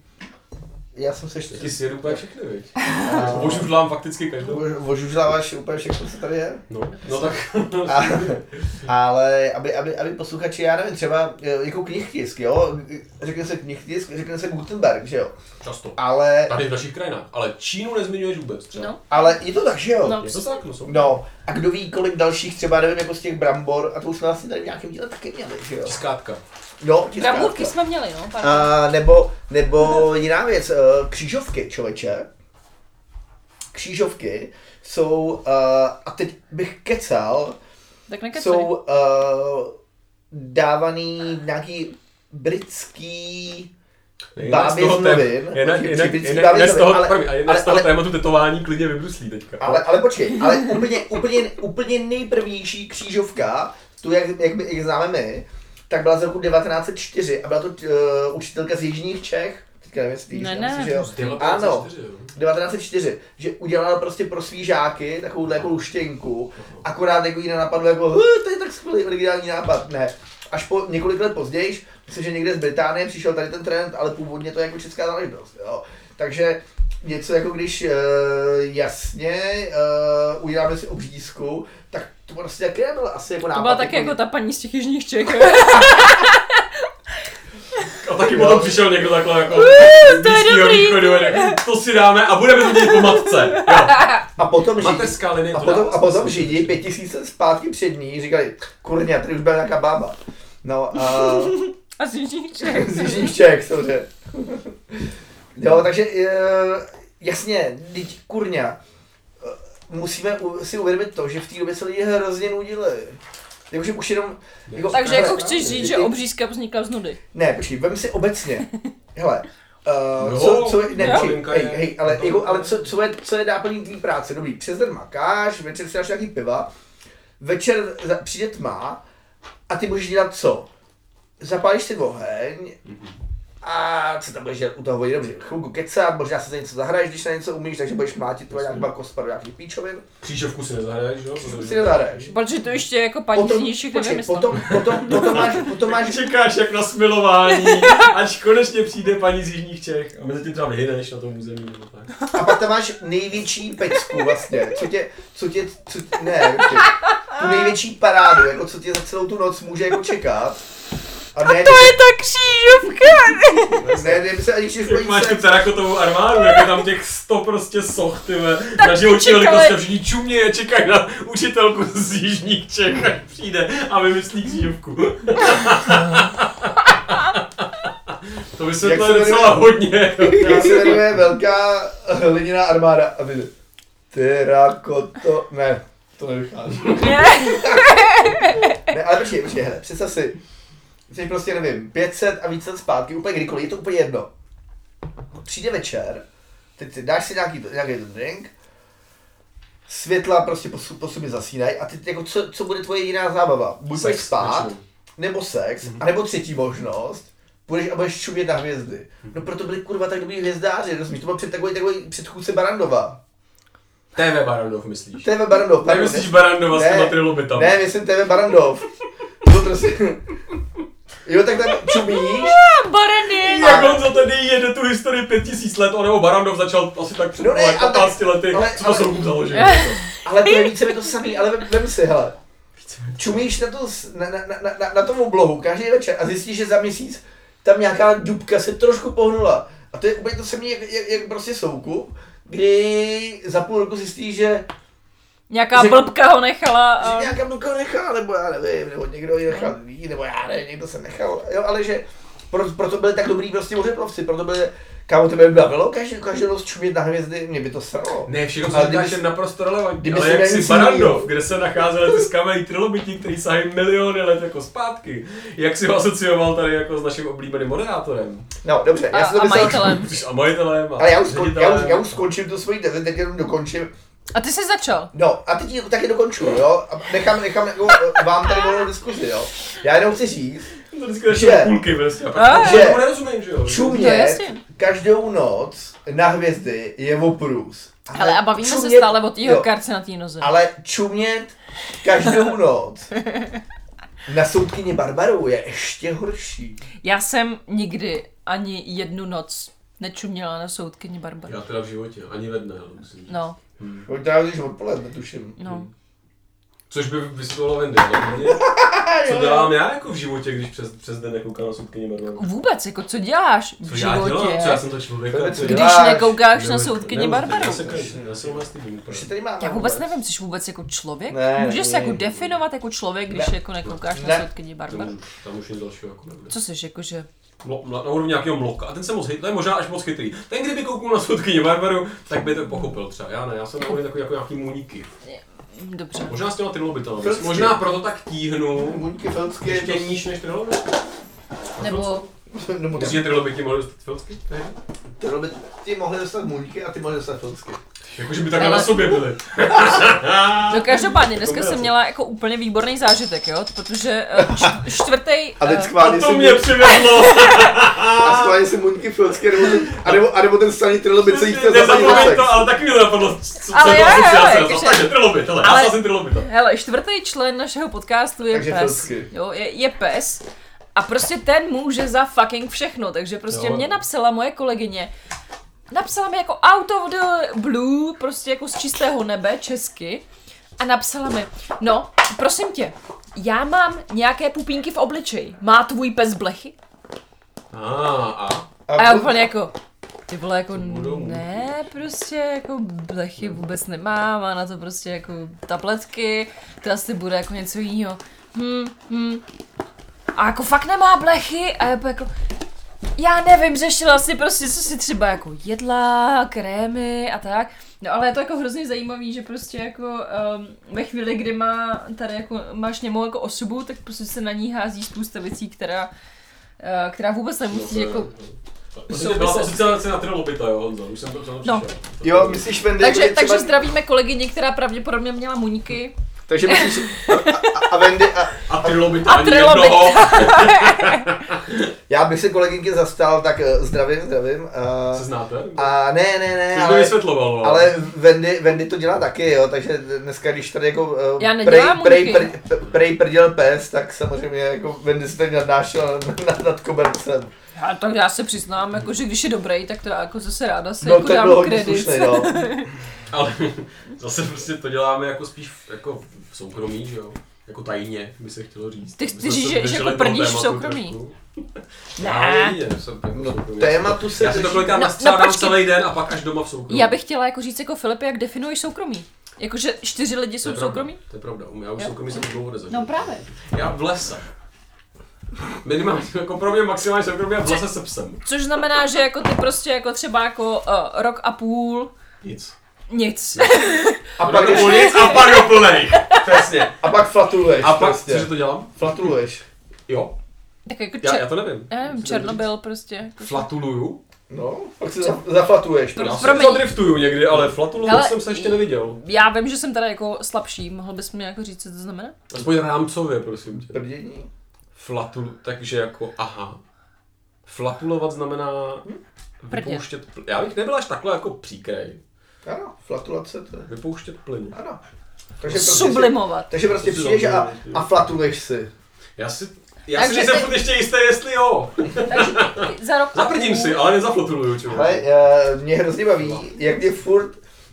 já jsem se ještě... Ti si jedu úplně všechny, viď? Ožužlám fakticky každou. Ožužláváš úplně všechno, co tady je. No, no tak. A, ale aby, aby, aby posluchači, já nevím, třeba jako knihtisk, jo, řekne se knihtisk, řekne se Gutenberg, že jo, Často. ale, Tady v našich krajinách. Ale Čínu nezmiňuješ vůbec třeba. No. ale je to tak, že jo. No. Je to tak, no jsou. No, a kdo ví, kolik dalších třeba, nevím, jako z těch brambor, a to už jsme vlastně tady v nějakém díle taky měli, že jo. Tiskátka. Jo, tiskátka. Brambůrky jsme měli, no, pardon. A, nebo, nebo jiná věc, eh, křížovky, člověče. křížovky jsou, uh, a teď bych kecal, Tak nekecej. jsou uh, dávaný nějaký britský bábě z novin. Jinak z toho, z toho tématu tetování klidně vybruslí teďka. Ale, ale počkej, ale úplně, úplně, úplně nejprvější křížovka, tu jak, jak, my, jak známe my, tak byla z roku devatenáct set čtyři a byla to uh, učitelka z jižních Čech. Teďka nevím, jestli víš, Ne, ne, ne. že jo? Ano, devatenáct set čtyři, že udělala prostě pro svý žáky takovou jako luštěnku, akorát jako jí nenapadlo jako, to je tak skvělý originální nápad, ne. Až po několik let později, myslím, že někde z Británie přišel tady ten trend, ale původně to je jako česká záležitost, jo. Takže něco jako když uh, jasně uh, uděláme si obřízku, tak to prostě taky nebylo asi jako nápad. To byla taky jako ta paní z těch jižních Čech. A taky potom přišel někdo takhle jako to je dobrý. Východu, to si dáme a budeme to dělat po matce. Jo. A potom židi, linie, a potom, a potom židi pět tisíc let zpátky před ní říkali, kurňa, tady už byla nějaká bába. No a... A z jižních Čech. Z jižních Čech, samozřejmě. Jo, takže jasně, teď kurňa, musíme si uvědomit to, že v té době se lidi hrozně nudili. Jakože už jenom... Jako, Takže hele, jako chceš říct, že obřízka vznikla z nudy? Ne, počkej, vem si obecně. Hele, uh, no, co, co je, ne, počkej, malinka hej, je- hej, ale, jako, ale co, co je, co je náplní tvý práce? Dobrý, přes den makáš, večer si dáš nějaký piva, večer za- přijde tma a ty můžeš dělat co? Zapálíš si oheň a co tam budeš dělat u toho vodě? Dobře, chvilku kecat, možná se za něco zahraješ, když na něco umíš, takže budeš mlátit tvoje nějaký kospadu, nějaký píčovin, Křížovku si nezahraješ, jo? si nezahraješ. Protože to ještě jako paní z Potom, jižních Čech počkej, nevymyslela. potom, potom, potom máš, potom máš Čekáš jak na smilování, až konečně přijde paní z jižních Čech a mezi tím třeba vyhyneš na tom území nebo tak. a pak tam máš největší pecku vlastně, co tě, co tě, co, ne, počkej, tu největší parádu, jako co tě za celou tu noc může jako čekat. A, ne, To je ta křížovka! ne, ne, se ani křížovka Jak máš tu se, terakotovou armádu, jak je tam těch sto prostě soch, ty ve, na životní čekali. velikosti a všichni čumějí a čekají na učitelku z jižních Čech, až přijde a vymyslí křížovku. To vysvětluje Jak se docela jmenuje? hodně. jak se jmenuje velká hliněná armáda. A ty, terakoto, ne, to nevychází. Ne, ale počkej, počkej, hele, představ si, jsi prostě nevím, pět set a víc let zpátky, úplně kdykoliv, je to úplně jedno. Přijde večer, teď si dáš si nějaký, nějaký ten drink, světla prostě po, po sobě zasínají a teď jako co, co bude tvoje jediná zábava? Buď půjdeš spát, většinou. nebo sex, Mhm. anebo třetí možnost, půjdeš a budeš čumět na hvězdy. No proto byli kurva tak dobrý hvězdáři, rozumíš, to byl před takový, takový předchůdce Barandova. T V Barandov myslíš? T V Barandov, pardon, Nemyslíš Barandova s Ne, těma trilobitama? Ne, myslím T V Barandov. To prostě... Jo, tak tam čumíš. Barany! Jak on za tady jede tu historii pět tisíc let, nebo Barandov začal asi tak před No ne, ale- patnácti lety, ale- co to ale- jsou založil. Ale to je více to samý, ale vem, vem si, hele. Čumíš na, to, s- na, na, na, na, na tom oblohu každý večer a zjistíš, že za měsíc tam nějaká dubka se trošku pohnula. A to je úplně to samé, jak, jak, jak prostě soukup, kdy za půl roku zjistíš, že, Nějaká Že- blbka ho nechala že a... nějaká dubka nechala, nebo já nevím, nebo někdo ji nechal ví, nebo já nevím, někdo se nechal, jo, ale že pro, proto byli tak dobrý prostě mořeplavci, proto byli, kámo, tebe by bavilo každý, každou noc čumět na hvězdy, mě by to sralo. Ne, všechno, co Ale říkáš, kdyby- je naprosto relevantní, kdyby ale si jak měl si nic Barandov, jiného. kde se nacházely ty skamený trilobiti, který sahají miliony let jako zpátky, jak si ho asocioval tady jako s naším oblíbeným moderátorem. No, dobře, A, já jsem a to myslel, majitelem. A majitelem a ale já už, skon, já, už, ředitelem. já už skončím tu svoji tezi, teď jenom dokončím. A ty jsi začal. No a teď ji taky dokončuju, jo, a nechám, nechám jako, vám tady volnou diskuzi, jo. Já jenom chci říct, To vždycky začne Že- do půlky prostě a A, pak že- tomu nerozumím, že jo? No, čumět jasně. každou noc na hvězdy je oprus. Ale a bavíme se čumět- stále o té jo, karce na té noze. Ale čumět každou noc na soudkyni Barbaru je ještě horší. Já jsem nikdy ani jednu noc nečuměla na soudkyni Barbaru. Já teda v životě, ani ve dne, ale musím říct. No, Pojď teda když odpoledne, tuším. no. Což by vysvětlovalo Wendy, ale mě, co dělám já jako v životě, když přes, přes den nekoukám na soudkyni Barbaru? Vůbec, jako co děláš v Co já dělám? životě? Co já jsem to člověka? Vůbec co co Když děláš? nekoukáš na Ne, soudkyni ne, Barbaru. Já se každý, já jsem vlastně tím Proč se tady máme? Já vůbec nevím, jsi vůbec jako člověk? Ne, Můžeš se ne, jako ne. definovat jako člověk, když Ne. jako nekoukáš Ne. na soudkyni Tam Barbaru? už, tam už nic dalšího jako nebude. Co jsi, jakože na úrovni nějakého mloka. A ten se moc chytrý, to je možná až moc chytrý. Ten kdyby kouknul na soudkyni Barbaru, tak by to pochopil třeba. Já ne, já jsem na úrovni takový jako nějaký můníky. Dobře. Možná s těma trilobitama. Možná proto tak tíhnu. Můňky filcky. Ještě níž než trilobit. Nebo... Myslíš, že trilobiti mohli dostat filcky? Trilobiti mohli dostat můňky a ty mohli dostat filcky. Jakože by takhle na sobě byli. No každopádně, dneska jsem měla jako úplně výborný zážitek, jo, protože č- čtvrtý... A teď uh, schválně to si mě přivedlo. A schválně si můňky filcky, nebo ten, a nebo, a nebo ten straný trilobit, co jí chce zasadit na Nezapomeň sex. to, ale taky mi to napadlo, co Ale je to jo, jo, asociace. jakože- Takže trilobit, hele, Ale- já jsem trilobita. Hele, čtvrtý člen našeho podcastu je Takže pes. filcky. Jo, je, je pes. A prostě ten může za fucking všechno, takže prostě Jo. mě napsala moje kolegyně, napsala mi jako out of the blue, prostě jako z čistého nebe, česky, a napsala mi, no, prosím tě, já mám nějaké pupínky v obličeji, má tvůj pes blechy? A, a. A já bu- úplně jako, ty vole, jako budou? ne, prostě jako blechy vůbec nemám, má na to prostě jako tabletky, to asi bude jako něco jiného. Hm, hm. A jako fakt nemá blechy a já jako, já nevím, řešila si prostě, co si třeba jako jedla, krémy a tak. No ale je to jako hrozně zajímavý, že prostě jako um, ve chvíli, kdy má tady jako, máš němou jako osobu, tak prostě se na ní hází spousta věcí, která, uh, která vůbec nemusí jako... Prostě byla to asociace na trilobita, jo, Honzo, už jsem to přišel. No. Jo, myslíš, Wendy, Takže, jako takže třeba- zdravíme kolegyni, která pravděpodobně měla muňky. Takže myslíš, a, a, a Wendy, a, A trilobita A ani trilobita. jednoho. já bych se kolegynky zastal, tak eh, zdravím, zdravím. Se Uh, znáte? a ne, ne, ne, To jsi mi ale, vysvětloval, no. ale Wendy, Wendy to dělá taky, jo, takže dneska, když tady jako uh, Já nedělám prej, muňky. prej, prej, prej prděl pes, tak samozřejmě jako Wendy se tady nadnášela nad, nad kobercem. Já, tak já se přiznám, jako, že když je dobrý, tak to já jako zase ráda se No jako to dám bylo hodně kredit. slušný, no. Ale zase prostě to děláme jako spíš jako v soukromí, že jo? Jako tajně, by se chtělo říct. Ty Aby jsme chceš, se že- že drželi jako toho prdíš v tématu soukromí? trošku. Ne. Já nejde, jsem jako No, soukromí. tématu se Já si to drží- kolikrát No, nastřádám no, počkej. celý den a pak až doma v soukromí. Já bych chtěla jako říct jako Filip, jak definuješ soukromí. Jakože čtyři lidi To jsou je pravda, soukromí? To je pravda, já už Jo. soukromí jsem dlouho nezažil. No právě. Já v lese. Minimálně, jako pro mě maximálně soukromí a v lese se psem. Což znamená, že jako ty prostě jako třeba jako uh, rok a půl, Nic. nic. A pak, Rok když, nic a pak do plnej. Přesně. a pak flatuluješ, A pak, prostě. cože to dělám? Flatuluješ. Jo. Tak jako Já, čer, já to nevím. já nevím, Černobyl prostě. Jako Flatuluju? No, pak si za- zaflatuješ. Pro- Já Prostě. se Promiň. zadriftuju někdy, ale flatulu Hele, jsem se ještě neviděl. Já vím, že jsem teda jako slabší, mohl bys mi jako říct, co to znamená? Aspoň rámcově, prosím tě. Prdění. Flatul, takže jako, aha. Flatulovat znamená Prdě. vypouštět plyn. Já bych nebyl až takhle jako příkrej. Ano, flatulace to je. Vypouštět plyn. Ano. Takže prostě, Sublimovat. takže prostě přijdeš a, a flatuluješ si. Já si, já Takže si nejsem ty- furt ještě jistý, jestli jo. Takže ty za rok a Zaprdím půl- si, ale nezaflatuluju, čemu. Ale uh, mě hrozně baví, jak mě furt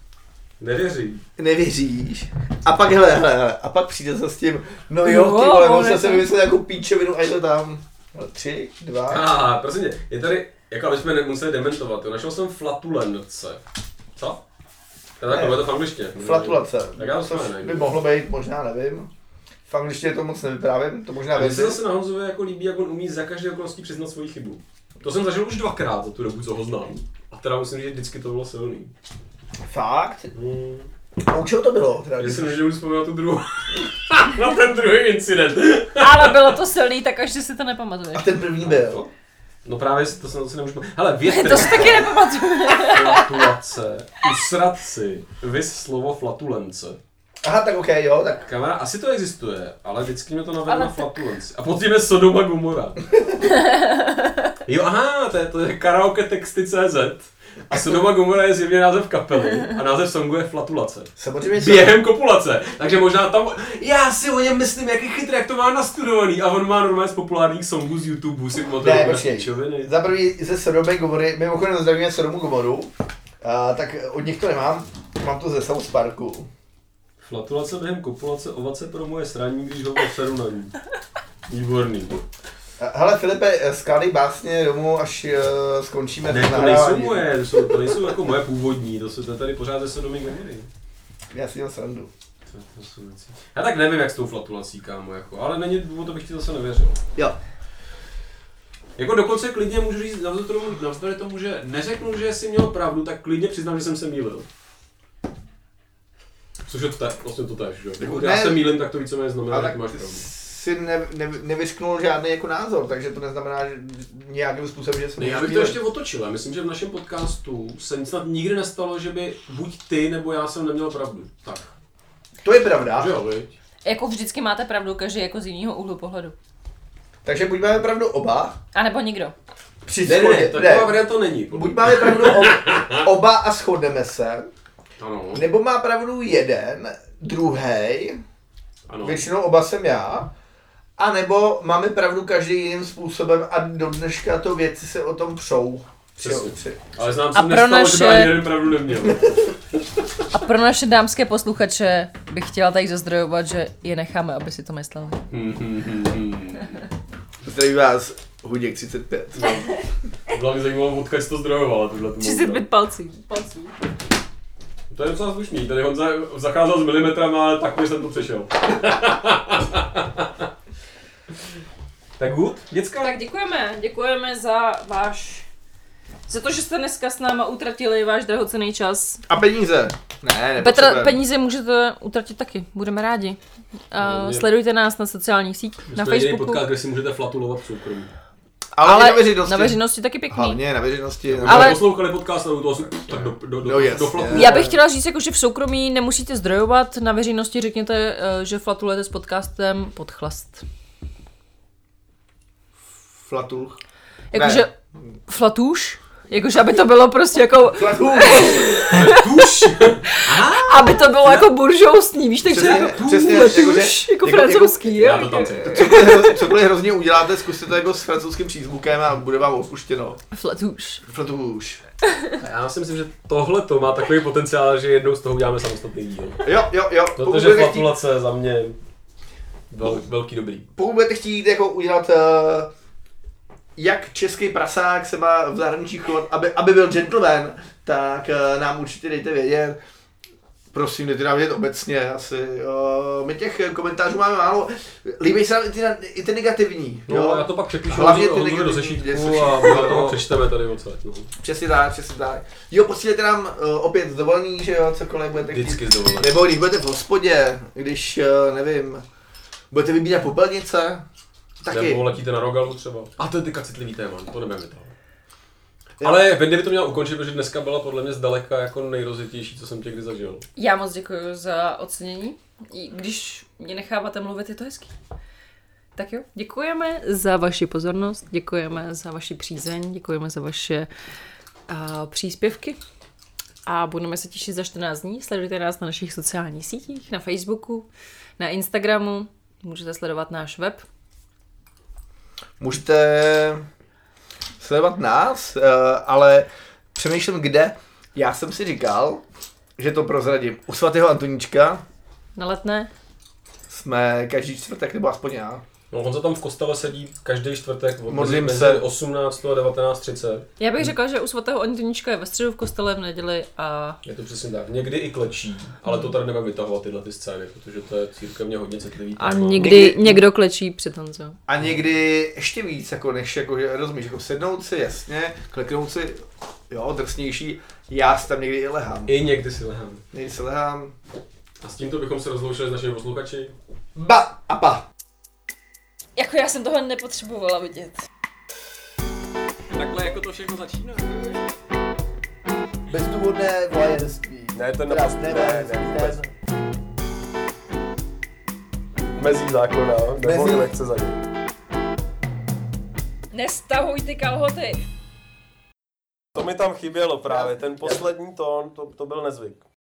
Nevěří. nevěříš. A pak hele, hele, hele, a pak přijde se s tím, no jo, Jo, ty vole, on on je se to- vymyslel nějakou píčovinu a je to tam. No, tři, dva. Aha, prosím tě, je tady, jako aby jsme nemuseli dementovat, jo. Našel jsem flatulence. Co? Já takhle, bude to v angličtině. Flatulace. Tak já to Což samé by najdu. mohlo být, možná nevím. V angličtině to moc nevyprávím, to možná A mně se vím. zase na Honzově jako líbí, jak on umí za každé okolností přiznat svoji chybu. To jsem zažil už dvakrát za tu dobu, co ho znám. A teda musím říct, že vždycky to bylo silný. Fakt? Hmm. A u čeho to bylo? Teda, Já si nemůžu vzpomínat tu druhou. Na ten druhý incident. Ale bylo to silný, tak až si to nepamatuješ. a ten první byl. No právě to se, to se nemůžu... Hele, větry, To si taky nepamatuju. flatulace, usrat si, vys slovo flatulence. Aha, tak ok, jo, tak. Kamera, asi to existuje, ale vždycky mě to navede Ale na tak- flatulenci. A pod tím je Sodoma Gomora. Jo, aha, to je, to je karaoke texty tečka cé zet. A Sodoma Gomora je zjevně název kapely a název songu je Flatulace. Samozřejmě Během kopulace. Takže možná tam, já si o něm myslím, jak je chytrý, jak to má nastudovaný. A on má normálně z populárních songů z YouTube, si Ne, počkej. píčoviny. Za první ze Sodomy Gomory, mimochodem zdravíme Sodomu Gomoru, a, tak od nich to nemám, mám to ze South Parku. Flatulace během kopulace, ovace pro moje sraní, když ho seru na ní. Výborný. A, hele Filipe, skládej básně domů, až uh, skončíme Ne, to to nejsou nahrávání. moje, to, jsou, to nejsou jako moje původní, to jsou to tady pořád ze Sodomy Gomory. Já si dělám srandu. To, to jsou věci. Já tak nevím, jak s tou flatulací, kámo, jako, ale není důvod, abych ti zase nevěřil. Jo. Jako dokonce klidně můžu říct, navzdory tomu, navzdory tomu, že neřeknu, že jsi měl pravdu, tak klidně přiznám, že jsem se mýlil. Což je to tak, vlastně to tež, že? Pokud já se mýlím, tak to víceméně znamená, že máš pravdu. Si ne, ne, nevysknul žádný jako názor, takže to neznamená, že nějakým způsobem, že jsem... Ne, já bych to ještě otočil. Já myslím, že v našem podcastu se snad nikdy nestalo, že by buď ty nebo já jsem neměl pravdu. Tak. To je pravda. Že jo, viď? Jako vždycky máte pravdu, každý jako z jiného úhlu pohledu. Takže buď máme pravdu oba. A nebo nikdo. Při Ne, shodě, ne, taková varianta není. Buď máme pravdu oba, oba a shodneme se. Ano. Nebo má pravdu jeden, druhej. Ano. Většinou oba jsem já. A nebo máme pravdu každý jiným způsobem a do dneška to věci se o tom přou. Přesně. Při. Ale znám A se pro nestalo, naše- že by ani jeden pravdu neměl. A pro naše dámské posluchače bych chtěla tady zazdrojovat, že je necháme, aby si to mysleli. Zdraví vás, Huděk třicet pět. Byla mi zajímavá, odkud jsi to zdrojovala, tuhle tu třicet pět palcí. palců. To je docela slušný, tady Honza zacházel s milimetrama, ale takhle jsem to přešel. Tak good, děcka? Tak děkujeme, děkujeme za váš, za to, že jste dneska s náma utratili váš drahocenný čas. A peníze? Ne, Petra, nepotřebujeme. peníze můžete utratit taky, budeme rádi. Uh, mě- sledujte nás na sociálních sítích, My na jsme jediný Facebooku. podcast, kde si můžete flatulovat v soukromí. Ale, Ale i na veřejnosti. na veřejnosti taky pěkný. Hlavně na veřejnosti. Ale... Ale- poslouchali podcast a u toho si tak do, do, do, No jasně. do flatu. Já bych chtěla říct, jako, že v soukromí nemusíte zdrojovat, na veřejnosti řekněte, eh, že flatulujete s podcastem Podchlast. Flatuch. Jakože flatuš? Jakože aby to bylo prostě jako, Flatuch. Tuš! aby to bylo jako buržousní, víš, takže Přesně, jako přesně, flatuš, jakože- jako jako- francouzský, Já jo? to tam chci. Cokoliv, hro- cokoliv hrozně uděláte, zkuste to jako s francouzským přízvukem a bude vám odpuštěno. Flatuš. Flatuš. Já si myslím, že tohle to má takový potenciál, že jednou z toho uděláme samostatný díl. Jo, jo, jo. Pokud Protože budete, chtít, flatulace za mě vel, velký dobrý. pokud budete chtít jako udělat, uh, jak český prasák se má v zahraničí chovat, aby, aby byl gentleman, tak uh, nám určitě dejte vědět. Prosím, dejte nám vědět obecně asi. Uh, my těch komentářů máme málo. Líbí se nám i ty, i ty negativní. No, jo? já to pak přepíšu Hlavně Honzovi ty do negativní sešítku věci. a my to přečteme tady odsaď. No. Přesně tak, přesně tak. Jo, posílejte nám uh, opět z dovolený, že jo, cokoliv budete chtít. Vždycky zdovolené. Nebo když budete v hospodě, když, uh, nevím, budete vybírat popelnice, taky. Nebo letíte na Rogalu třeba. A to je teďka citlivý téma, to nebudeme to. Ale Wendy by to měla ukončit, protože dneska byla podle mě zdaleka jako nejrozitější, co jsem tě kdy zažil. Já moc děkuji za ocenění. I když mě necháváte mluvit, je to hezký. Tak jo, děkujeme za vaši pozornost, děkujeme za vaši přízeň, děkujeme za vaše uh, příspěvky a budeme se těšit za čtrnáct dní. Sledujte nás na našich sociálních sítích, na Facebooku, na Instagramu, můžete sledovat náš web. Můžete sledovat nás, uh, ale přemýšlím kde. Já jsem si říkal, že to prozradím. U svatého Antoníčka Na Letné. jsme každý čtvrtek, nebo aspoň já. No, Honza tam v kostele sedí každý čtvrtek od Modlím mezi se. osmnáct a devatenáct třicet. Já bych řekla, že u svatého Antoníčka je ve středu v kostele v neděli a Je to přesně tak. Někdy i klečí, ale to tady nebudeme vytahovat tyhle ty scény, protože to je církevně hodně citlivý A téma. někdy, Někdy- někdo klečí před Honzou. A někdy ještě víc, jako než, jako, že rozumíš, jako sednout si, jasně, kleknout si, jo, drsnější. Já si tam někdy i lehám. I někdy si lehám. Někdy si lehám. A s tímto bychom se rozloučili s našimi posluchači. Ba a pa. Jako já jsem tohle nepotřebovala vidět. Takhle jako to všechno začíná. Bezdůvodné voajerství. Ne, ten Teda, naprosto- ne, ne, ne, ne, ne, Mezí zákona, nebo Mezí- nechce za ním. Nestahuj ty kalhoty! To mi tam chybělo právě, ten poslední tón, to, to byl nezvyk.